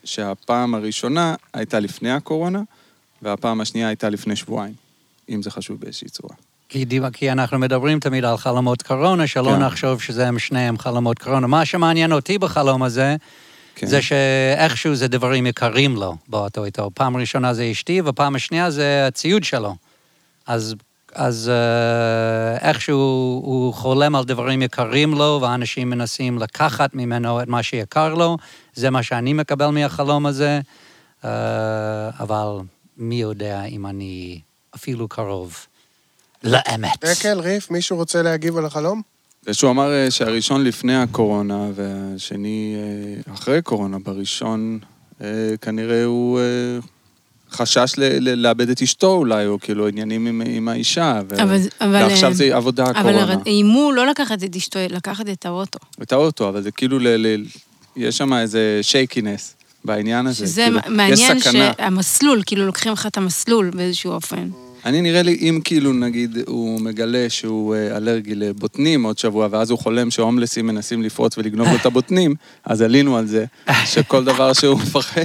שהפעם הראשונה הייתה לפני הקורונה, והפעם השנייה הייתה לפני שבועיים, אם זה חשוב באיזושהי צורה. כי, כי אנחנו מדברים תמיד על חלומות קורונה, שלא כן. נחשוב שזה הם שניהם חלומות קורונה. מה שמעניין אותי בחלום הזה, כן. זה שאיכשהו זה דברים יקרים לו באותו איתו. פעם ראשונה זה אשתי, ופעם השנייה זה הציוד שלו. אז, אז אה, איכשהו הוא חולם על דברים יקרים לו, ואנשים מנסים לקחת ממנו את מה שיקר לו. זה מה שאני מקבל מהחלום הזה, אה, אבל מי יודע אם אני אפילו קרוב לאמת. דקל, ריף, מישהו רוצה להגיב על החלום? ושהוא אמר אה, שהראשון לפני הקורונה, והשני אה, אחרי קורונה, בראשון אה, כנראה הוא... אה, חשש ל- ל- לאבד את אשתו אולי, או כאילו עניינים עם, עם האישה, ו- אבל- אבל- ועכשיו זה עבודה הקורונה. אבל איימו לא לקחת את אשתו, לקחת את האוטו. את האוטו, אבל זה כאילו, ל- ל- יש שם איזה שייקינס בעניין הזה. שזה כאילו, מעניין יש סכנה. שהמסלול, כאילו לוקחים לך את המסלול באיזשהו אופן. אני נראה לי, אם כאילו נגיד הוא מגלה שהוא אה, אלרגי לבוטנים עוד שבוע, ואז הוא חולם שההומלסים מנסים לפרוץ ולגנוב לו את הבוטנים, אז עלינו על זה, שכל דבר שהוא מפחד,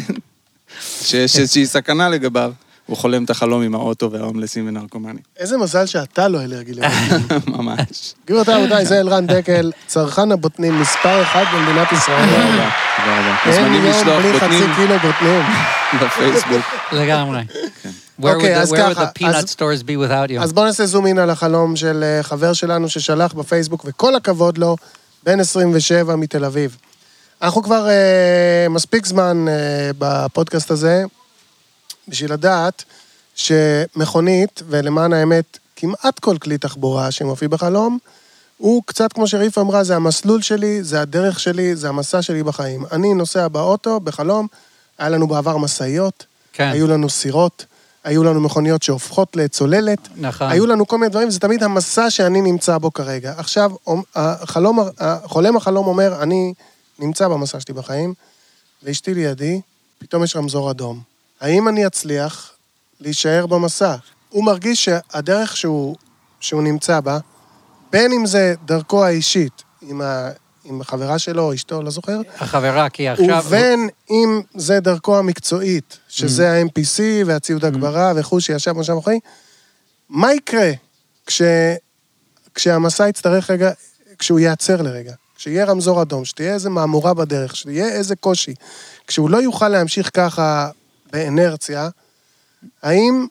שיש איזושהי סכנה לגביו, הוא חולם את החלום עם האוטו וההומלסים ונרקומנים. איזה מזל שאתה לא אלרגי לבוטנים. ממש. גבירותיי רבותיי, זה אלרן דקל, צרכן הבוטנים מספר אחד במדינת ישראל. תודה רבה, תודה רבה. אין מוזמנים יום לשלוח בלי חצי בוטנים קילו בוטנים. בפייסבוק. לגמרי. Where would אוקיי, the, אז where would ככה, the peanut אז- stores be without you? אז בואו נעשה זום אין על החלום של אה, חבר שלנו ששלח בפייסבוק, וכל הכבוד לו, בן עשרים ושבע מתל אביב. אנחנו כבר אה, מספיק זמן אה, בפודקאסט הזה, בשביל לדעת שמכונית, ולמען האמת, כמעט כל כלי תחבורה שמופיע בחלום, הוא קצת כמו שריף אמרה, זה המסלול שלי, זה הדרך שלי, זה המסע שלי בחיים. אני נוסע באוטו, בחלום, היה לנו בעבר מסעיות, כן. היו לנו סירות, היו לנו מכוניות שהופכות לצוללת, נכון. היו לנו כל מיני דברים, זה תמיד המסע שאני נמצא בו כרגע. עכשיו, החלום, חולם החלום אומר, אני נמצא במסע שלי בחיים, ואשתי לידי, פתאום יש רמזור אדום. האם אני אצליח להישאר במסע? הוא מרגיש שהדרך שהוא, שהוא נמצא בה, בין אם זה דרכו האישית, עם, ה, עם החברה שלו או אשתו, לא זוכר, החברה, כי עכשיו... ובין אם זה דרכו המקצועית, שזה ה-אם פי סי והציוד הגברה וכו' שישב משם אחרי, מה יקרה כש, כשהמסע יצטרך רגע, כשהוא ייעצר לרגע, כשיהיה רמזור אדום, שתהיה איזה מאמורה בדרך, שתהיה איזה קושי, כשהוא לא יוכל להמשיך ככה באנרציה, האם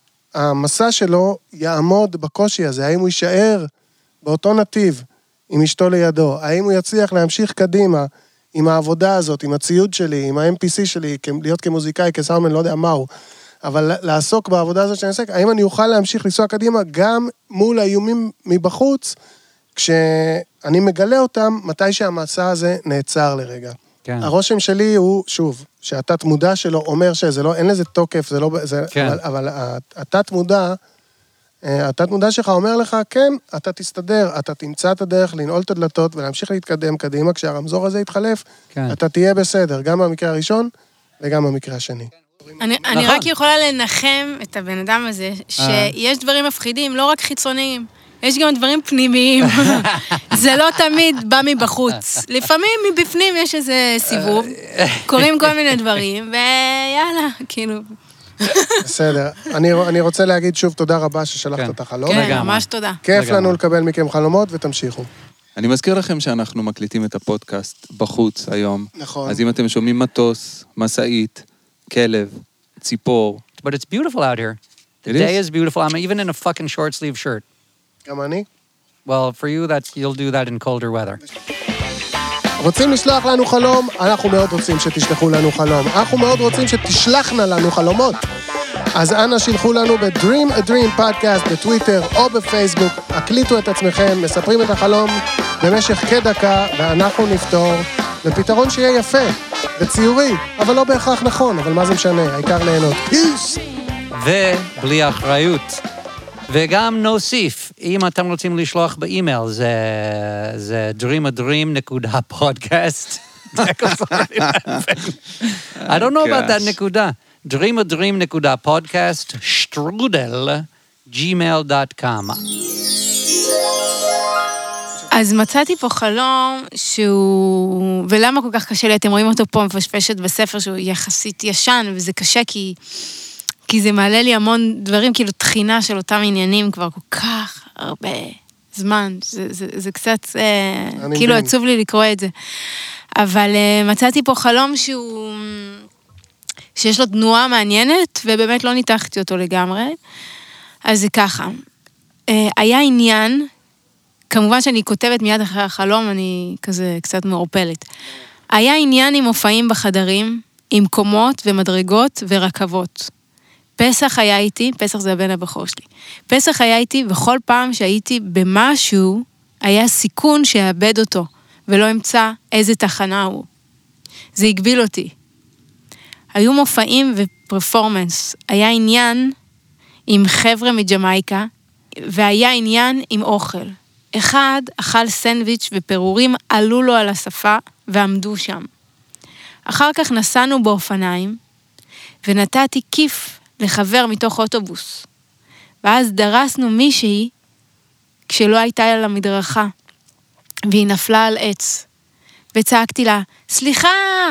המסע שלו יעמוד בקושי הזה, האם הוא יישאר באותו נתיב עם אשתו לידו, האם הוא יצליח להמשיך קדימה עם העבודה הזאת, עם הציוד שלי, עם ה-אם פי סי שלי, להיות כמוזיקאי, כסאונדמן, לא יודע מהו, אבל לעסוק בעבודה הזאת שאני עסק, האם אני אוכל להמשיך לנסוע קדימה גם מול האיומים מבחוץ, כשאני מגלה אותם, מתי שהמסע הזה נעצר לרגע. כן. הרושם שלי הוא, שוב, שהתת מודע שלו אומר שזה לא, אין לזה תוקף, זה לא, זה, כן. אבל, אבל התת מודע, התת מודע שלך אומר לך, כן, אתה תסתדר, אתה תמצא את הדרך לנעול את הדלתות ולהמשיך להתקדם קדימה, כשהרמזור הזה יתחלף, כן. אתה תהיה בסדר, גם במקרה הראשון וגם במקרה השני. אני, אני נכון. רק יכולה לנחם את הבן אדם הזה, שיש דברים מפחידים, לא רק חיצוניים. יש גם דברים פנימיים. זה לא תמיד בא מבחוץ. לפעמים מבפנים יש איזה סיבוב, קוראים כל מיני דברים, ויאללה, כאילו... בסדר. אני, אני רוצה להגיד שוב תודה רבה ששלחת כן. את החלום. כן, לגמרי. ממש תודה. כיף לגמרי. לנו לקבל מכם חלומות ותמשיכו. אני מזכיר לכם שאנחנו מקליטים את הפודקאסט בחוץ היום. נכון. אז אם אתם שומעים מטוס, מסעית, כלב, ציפור, But it's beautiful out here. The It day is. is beautiful. I'm even in a fucking short sleeve shirt. גם אני. Well, for you, that's you'll do that in colder weather. רוצים לשלוח לנו חלום? אנחנו מאוד רוצים שתשלחו לנו חלום. אנחנו מאוד רוצים שתשלחנה לנו חלומות. אז אנא שילחו לנו ב-Dream a Dream Podcast בטוויטר או בפייסבוק, הקליטו את עצמכם, מספרים את החלום במשך כדקה, ואנחנו נפתור בפתרון שיהיה יפה וציורי, אבל לא בהכרח נכון, אבל מה זה משנה? העיקר ליהנות. פיס! ובלי אחריות. וגם נוסיף, אם אתם רוצים לשלוח באימייל, זה, זה dreamadream.podcast. I don't know about that נקודה. dreamadream.podcast, strudel, gmail dot com. אז מצאתי פה חלום שהוא... ולמה כל כך קשה לי? אתם רואים אותו פה מפשפשת בספר שהוא יחסית ישן, וזה קשה כי... כי זה מעלה לי המון דברים, כאילו תחינה של אותם עניינים כבר כל כך הרבה זמן. זה, זה, זה קצת... כאילו בין. עצוב לי לקרוא את זה. אבל מצאתי פה חלום שהוא... שיש לו תנועה מעניינת, ובאמת לא ניתחתי אותו לגמרי. אז זה ככה. היה עניין... כמובן שאני כותבת מיד אחרי החלום, אני כזה קצת מעורפלת. היה עניין עם מופעים בחדרים, עם קומות ומדרגות ורכבות. פסח היה איתי, פסח זה הבן הבכור שלי. פסח היה איתי, וכל פעם שהייתי במשהו, היה סיכון שיאבד אותו, ולא אמצא איזה תחנה הוא. זה הגביל אותי. היו מופעים ופרפורמנס. היה עניין עם חבר'ה מג'מייקה, והיה עניין עם אוכל. אחד אכל סנדוויץ' ופירורים עלו לו על השפה ועמדו שם. אחר כך נסענו באופניים, ונתתי כיף לחבר מתוך אוטובוס. ואז דרסנו מישהי כשלא הייתה על המדרכה, והיא נפלה על עץ. וצעקתי לה, סליחה!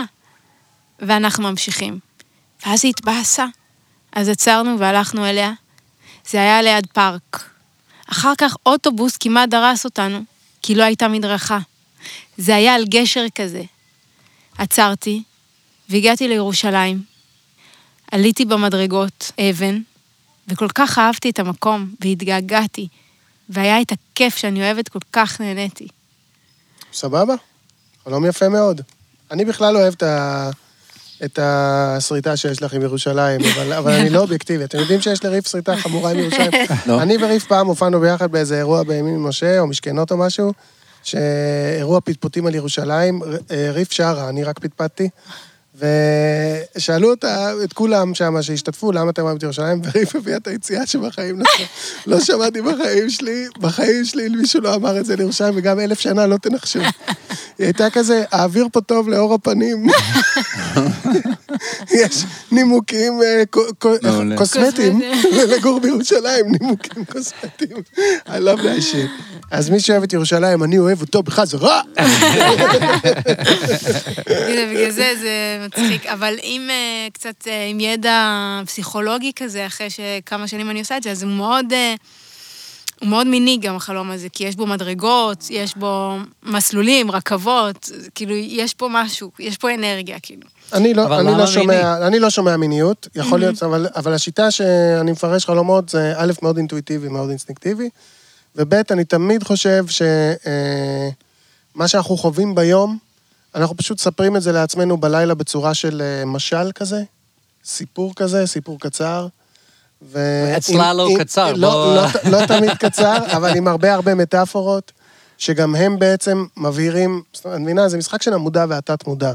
ואנחנו ממשיכים. ואז היא התבאסה. אז עצרנו והלכנו אליה. זה היה ליד פארק. אחר כך אוטובוס כמעט דרס אותנו, כי לא הייתה מדרכה. זה היה על גשר כזה. עצרתי, והגעתי לירושלים. עליתי במדרגות, אבן, וכל כך אהבתי את המקום, והתגעגעתי, והיה את הכיף שאני אוהבת, כל כך נהניתי. סבבה? חלום יפה מאוד. אני בכלל לא אוהב את ה... את הסריטה שיש לך עם ירושלים, אבל, אבל אני לא אובייקטיבי. אתם יודעים שיש לריף סריטה חמורה עם ירושלים? אני וריף פעם הופענו ביחד באיזה אירוע בימין משה, או משכנות או משהו, שאירוע פטפוטים על ירושלים, ריף שרה, אני רק פטפטתי, ושאלו אותה, את כולם שם שהשתתפו, למה אתם אוהבים את ירושלים, וריף הביאה את היציאה שבחיים לא שמעתי בחיים שלי, בחיים שלי, מישהו לא אמר את זה לירושלים, וגם אלף שנה לא תנחשו. היא הייתה כזה, האוויר פה טוב לאור הפנים. יש נימוקים קוסמטיים, ולגור בירושלים, נימוקים קוסמטיים. I love that shit. אז מי שאוהב את ירושלים, אני אוהב אותו, בכלל זה רע. בגלל זה זה מצחיק, אבל אם קצת, עם ידע פסיכולוגי כזה, אחרי שכמה שנים אני עושה את זה, אז הוא מאוד... הוא מאוד מיני גם החלום הזה, כי יש בו מדרגות, יש בו מסלולים, רכבות, כאילו יש פה משהו, יש פה אנרגיה, כאילו. אני לא, אני לא שומע, אני לא שומע מיניות, יכול להיות, אבל, אבל השיטה שאני מפרש חלומות זה א' מאוד אינטואיטיבי, מאוד אינסטינקטיבי, וב' אני תמיד חושב שמה שאנחנו חווים ביום, אנחנו פשוט ספרים את זה לעצמנו בלילה בצורה של משל כזה, סיפור כזה, סיפור קצר, אצלה לא קצר. לא תמיד קצר, אבל עם הרבה הרבה מטאפורות, שגם הם בעצם מבהירים, אני מבינה, זה משחק של המודע והתת מודע.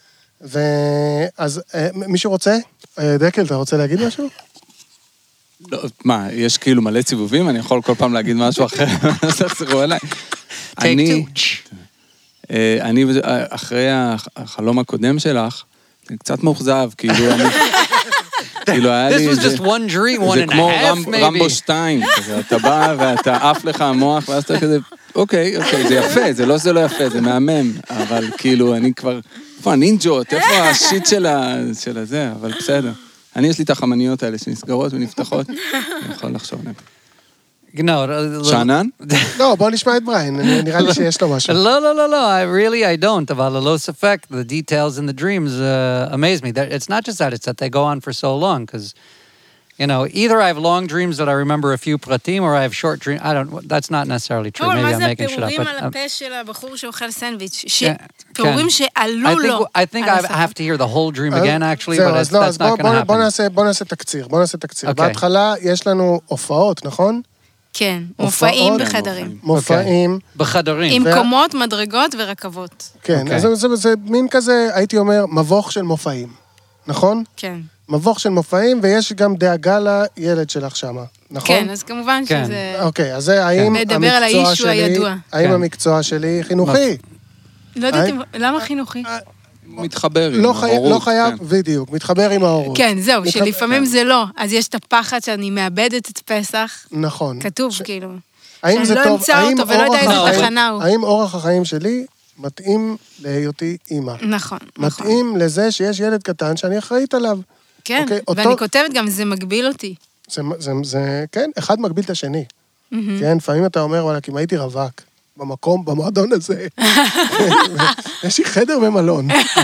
ואז מישהו רוצה? דקל, אתה רוצה להגיד משהו? לא, מה, יש כאילו מלא סיבובים, אני יכול כל פעם להגיד משהו אחר, אז תחזרו אליי. אני, אני, אחרי החלום הקודם שלך, זה קצת מאוכזב, כאילו אני... כאילו היה לי... This was just one dream, one and a half, maybe. זה כמו רמבו שתיים, אתה בא ואתה עף לך המוח, ואז אתה כזה, אוקיי, אוקיי, זה יפה, זה לא זה לא יפה, זה מהמם, אבל כאילו אני כבר, איפה הנינג'ות, איפה השיט של הזה, אבל בסדר. אני יש לי את החמניות האלה שנסגרות ונפתחות, אני יכול לחשוב עליהן. שאנן? לא, בוא נשמע את בריין, נראה לי שיש לו משהו. לא, לא, לא, לא, really I don't, אבל ללא ספק, the details in the dreams uh, amaze me. It's not just that, it's that they go on for so long, because, you know, either I have long dreams that I remember a few pratim, or I have short dreams, I don't, that's not necessarily true, maybe I'm making shit up. אבל מה זה הפירורים על הפה של הבחור שאוכל סנדוויץ', פירורים שעלו לו. I think I have to hear the whole dream again, actually, but that's not going to happen. בוא נעשה תקציר, בוא נעשה תקציר. בהתחלה יש לנו הופעות, נכון? כן, מופעים בחדרים. מופעים. בחדרים. עם קומות, מדרגות ורכבות. כן, אז זה מין כזה, הייתי אומר, מבוך של מופעים, נכון? כן. מבוך של מופעים, ויש גם דאגה לילד שלך שמה, נכון? כן, אז כמובן שזה... אוקיי, אז זה האם המקצוע שלי, האם המקצוע שלי חינוכי? לא יודעת, למה חינוכי? מתחבר עם ההורות. לא חייב, בדיוק, מתחבר עם ההורות. כן, זהו, שלפעמים זה לא. אז יש את הפחד שאני מאבדת את פסח. נכון. כתוב, כאילו. האם זה שאני לא טוב, אמצא האם אותו ולא יודע אורח איזה החיים- תחנה הוא. האם אורח החיים שלי מתאים להיותי אימא? נכון, נכון. מתאים לזה שיש ילד קטן שאני אחראית עליו. כן, אוקיי, אותו- ואני כותבת גם, זה מגביל אותי. זה, זה, זה, כן, אחד מגביל את השני. כן, לפעמים אתה אומר, וואלה, כי אם הייתי רווק, במקום, במועדון הזה, יש לי חדר במלון,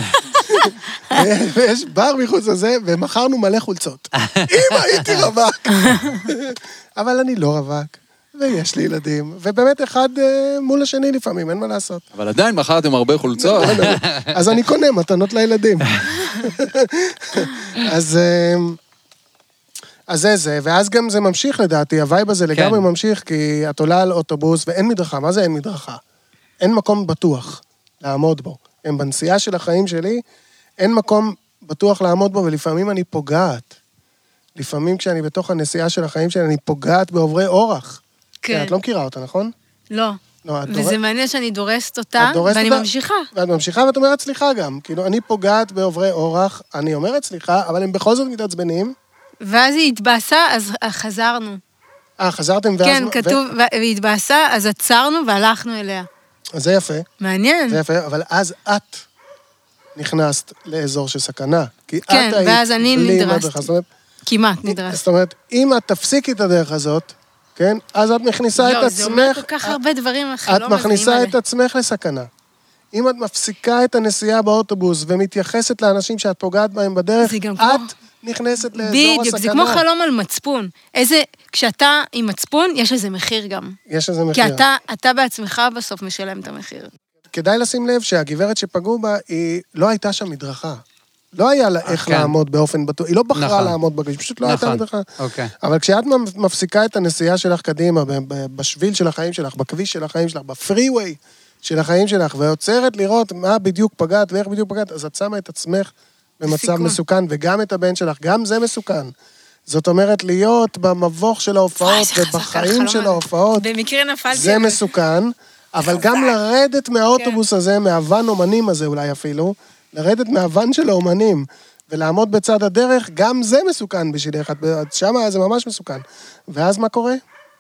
ויש בר מחוץ לזה, ומכרנו מלא חולצות. אם הייתי רווק. אבל אני לא רווק, ויש לי ילדים, ובאמת אחד אה, מול השני לפעמים, אין מה לעשות. אבל עדיין מכרתם הרבה חולצות. אז אני קונה מתנות לילדים. אז... אה, אז זה זה, ואז גם זה ממשיך לדעתי, הווייב הזה לגמרי ממשיך, כי את עולה על אוטובוס ואין מדרכה. מה זה אין מדרכה? אין מקום בטוח לעמוד בו. הם בנסיעה של החיים שלי, אין מקום בטוח לעמוד בו, ולפעמים אני פוגעת. לפעמים כשאני בתוך הנסיעה של החיים שלי, אני פוגעת בעוברי אורח. כן. את לא מכירה אותה, נכון? לא. לא, את וזה דורסת- מעניין שאני דורסת אותה, את דורסת ואני אותה? ממשיכה. ואת ממשיכה ואת אומרת סליחה גם. כאילו, אני פוגעת בעוברי אורח, אני אומרת סליחה, אבל הם בכל זאת מתעצבנים. ואז היא התבאסה, אז חזרנו. אה, חזרתם ואז... כן, ו- כתוב, והיא התבאסה, אז עצרנו והלכנו אליה. אז זה יפה. מעניין. זה יפה, אבל אז את נכנסת לאזור של סכנה. כי כן, את היית ואז אני בלי נדרסתי. מדרכה. זאת אומרת, כמעט נדרסתי. זאת אומרת, אם את תפסיקי את הדרך הזאת, כן, אז את מכניסה את יואו, זה אומר עצמך... כל כך הרבה דברים, אנחנו את לא מבינים מכניסה עליהם. את עצמך לסכנה. אם את מפסיקה את הנסיעה באוטובוס ומתייחסת לאנשים שאת פוגעת בהם בדרך, זה גם את כמו- נכנסת לאזור הסכנה. בדיוק, זה כמו חלום על מצפון. איזה, כשאתה עם מצפון, יש לזה מחיר גם. יש לזה כי מחיר. אתה, אתה בעצמך בסוף משלם את המחיר. כדאי לשים לב שהגברת שפגעו בה, היא לא הייתה שם מדרכה. לא היה לה איך כן. לעמוד באופן בטוח, היא לא בחרה נכון. לעמוד בכביש, פשוט לא הייתה נכון, מדרכה. אוקיי. אבל כשאת מפסיקה את הנסיעה שלך קדימה, ב- ב- בשביל של החיים שלך, בכביש של החיים שלך, בפרי-ווי של החיים שלך, ועוצרת לראות מה בדיוק פגעת ואיך בדיוק פגעת, אז את שמה את עצמך במצב בסיכון. מסוכן, וגם את הבן שלך, גם זה מסוכן. זאת אומרת, להיות במבוך של ההופעות וואי, זה חזק, ובחיים החלום של הזה. ההופעות, במקרה נפלתי. זה על מסוכן, אבל גם לרדת מהאוטובוס הזה, מהוון אומנים הזה אולי אפילו, לרדת מהוון של האומנים, ולעמוד בצד הדרך, גם זה מסוכן בשבילך, את שמה זה ממש מסוכן. ואז מה קורה?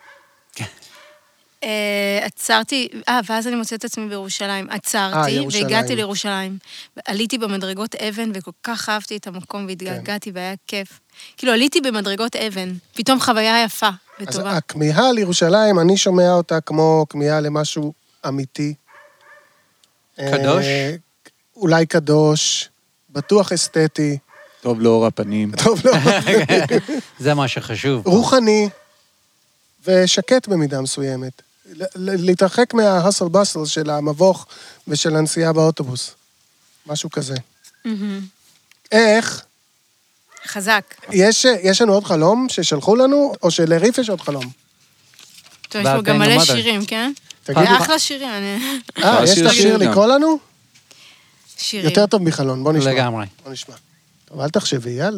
אה, עצרתי, אה, ואז אני מוצאת את עצמי בירושלים. אה, עצרתי, ירושלים. והגעתי לירושלים. עליתי במדרגות אבן, וכל כך אהבתי את המקום, והתגעגעתי, והיה כיף. כאילו, עליתי במדרגות אבן, פתאום חוויה יפה אז וטובה. הכמיהה לירושלים, אני שומע אותה כמו כמיהה למשהו אמיתי. קדוש? אה, אולי קדוש, בטוח אסתטי, טוב לאור הפנים. טוב, לא, זה מה שחשוב. רוחני ושקט במידה מסוימת. ל- ל- להתרחק מההסל בסל של המבוך ושל הנסיעה באוטובוס. משהו כזה. מהמם. איך? חזק. יש, יש לנו עוד חלום ששלחו לנו, או שלריף יש עוד חלום? טוב, יש פה גם Being מלא a mother. שירים, כן? תגידו. זה אחלה שירים, אני... אה, יש שיר לך שיר גם. לקרוא לנו? שירים. יותר טוב מחלון, בוא נשמע. לגמרי. בוא נשמע. טוב, אל תחשבי, יאללה.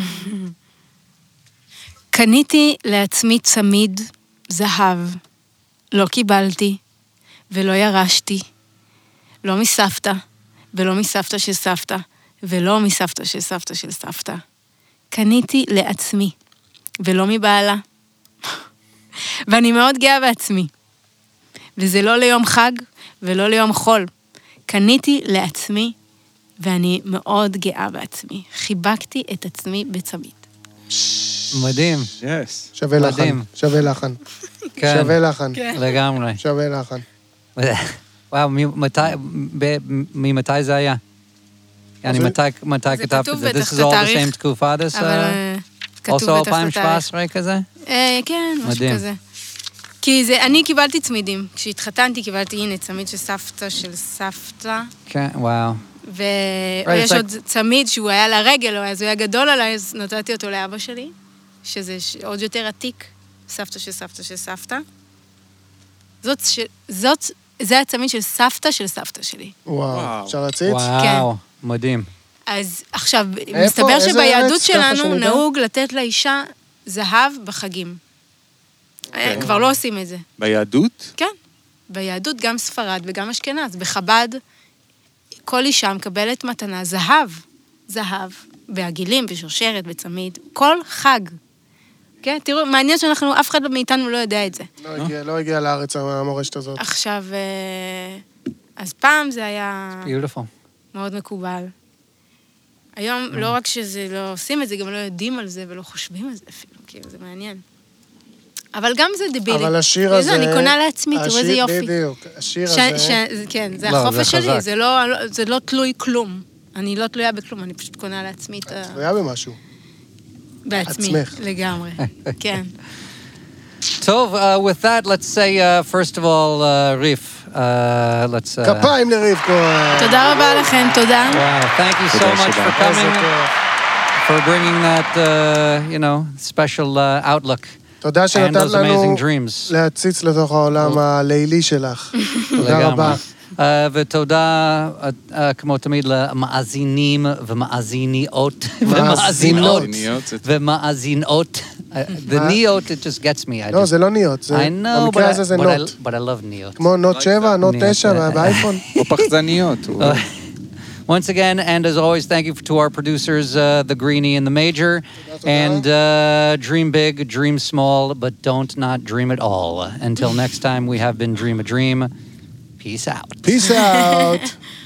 קניתי לעצמי צמיד זהב. לא קיבלתי ולא ירשתי. לא מסבתא ולא מסבתא של סבתא ולא מסבתא של סבתא של סבתא. קניתי לעצמי ולא מבעלה. ואני מאוד גאה בעצמי. וזה לא ליום חג ולא ליום חול. קניתי לעצמי ואני מאוד גאה בעצמי. חיבקתי את עצמי בצמיד. מדהים. יס. שווה לחן, מדהים. שווה לחן. כן, שווה לחן, לגמרי. שווה לחן. וואו, ממתי, ב- ממתי זה היה? אני זה- מתי, מתי זה כתבת כתוב את זה? בטח This את is all the התאריך. same תקופה, this? אבל אה, כתוב also בטח את אלפיים שבע התאריך. עשרה כזה? אה, כן, משהו מדהים. כזה. כי זה, אני קיבלתי צמידים. כשהתחתנתי קיבלתי, הנה, צמיד של סבתא של סבתא, כן, וואו. ויש it's עוד צמיד שהוא היה לרגל, אז הוא היה גדול עליי, אז נתתי אותו לאבא שלי, שזה ש- עוד יותר עתיק, סבתא של סבתא של סבתא. זאת, ש... זאת, זה הצמיד של סבתא של סבתא שלי. וואו, וואו. אפשר להציץ? וואו, מדהים. אז עכשיו, מסתבר איזה שביהדות ארץ? ככה שלנו שנדע? נהוג לתת לאישה זהב בחגים. אוקיי. כבר לא עושים את זה. ביהדות? כן. ביהדות גם ספרד וגם אשכנז. בחב"ד, כל אישה מקבלת מתנה זהב. זהב, בעגילים, בשרשרת, בצמיד. כל חג. כן, תראו, מעניין שאנחנו, אף אחד מאיתנו לא יודע את זה. לא הגיע, לא הגיע לארץ המורשת הזאת. עכשיו, אה, אז פעם זה היה Beautiful. מאוד מקובל. היום לא רק שזה לא עושים את זה, גם לא יודעים על זה ולא חושבים על זה אפילו, כאילו, זה מעניין. אבל גם זה דבילי. אבל השיר הזה... אני קונה לעצמי, תראו איזה יופי. בדיוק, השיר ש- הזה... ש- כן, זה לא, החופש זה שלי, חזק. זה לא, זה לא תלוי כלום. אני לא תלויה בכלום, אני פשוט קונה לעצמי את ה... תלויה במשהו. בעצמי, עצמך. לגמרי, כן. Tov, uh, with that, let's say, uh, first of all, uh, Rif, uh, let's... Uh, כפיים לריב כהן. תודה רבה לכם, תודה. Wow, thank you so תודה much שבאת. for איזה coming, כיף. for bringing that, uh, you know, special uh, outlook תודה and שנתת those לנו amazing dreams. להציץ לתוך העולם הלילי שלך. תודה לגמרי. רבה. Uh, ותודה, uh, uh, כמו תמיד, למאזינים ומאזיניות ומאזינות מאזיניות, זה- ומאזינות. Uh, The מה? nיות, it just gets me. I לא, just- זה לא ניות, זה... I know, but במקרה I- הזה זה but I- נוט. but I love ניות. כמו נוט שבע, נוט ניות. תשע באייפון. או פחזניות. הוא- Once again, and as always, thank you to our producers, uh, the Greenie and the Major. And uh, dream big, dream small, but don't not dream at all. Until next time, we have been Dream a Dream. Peace out. Peace out.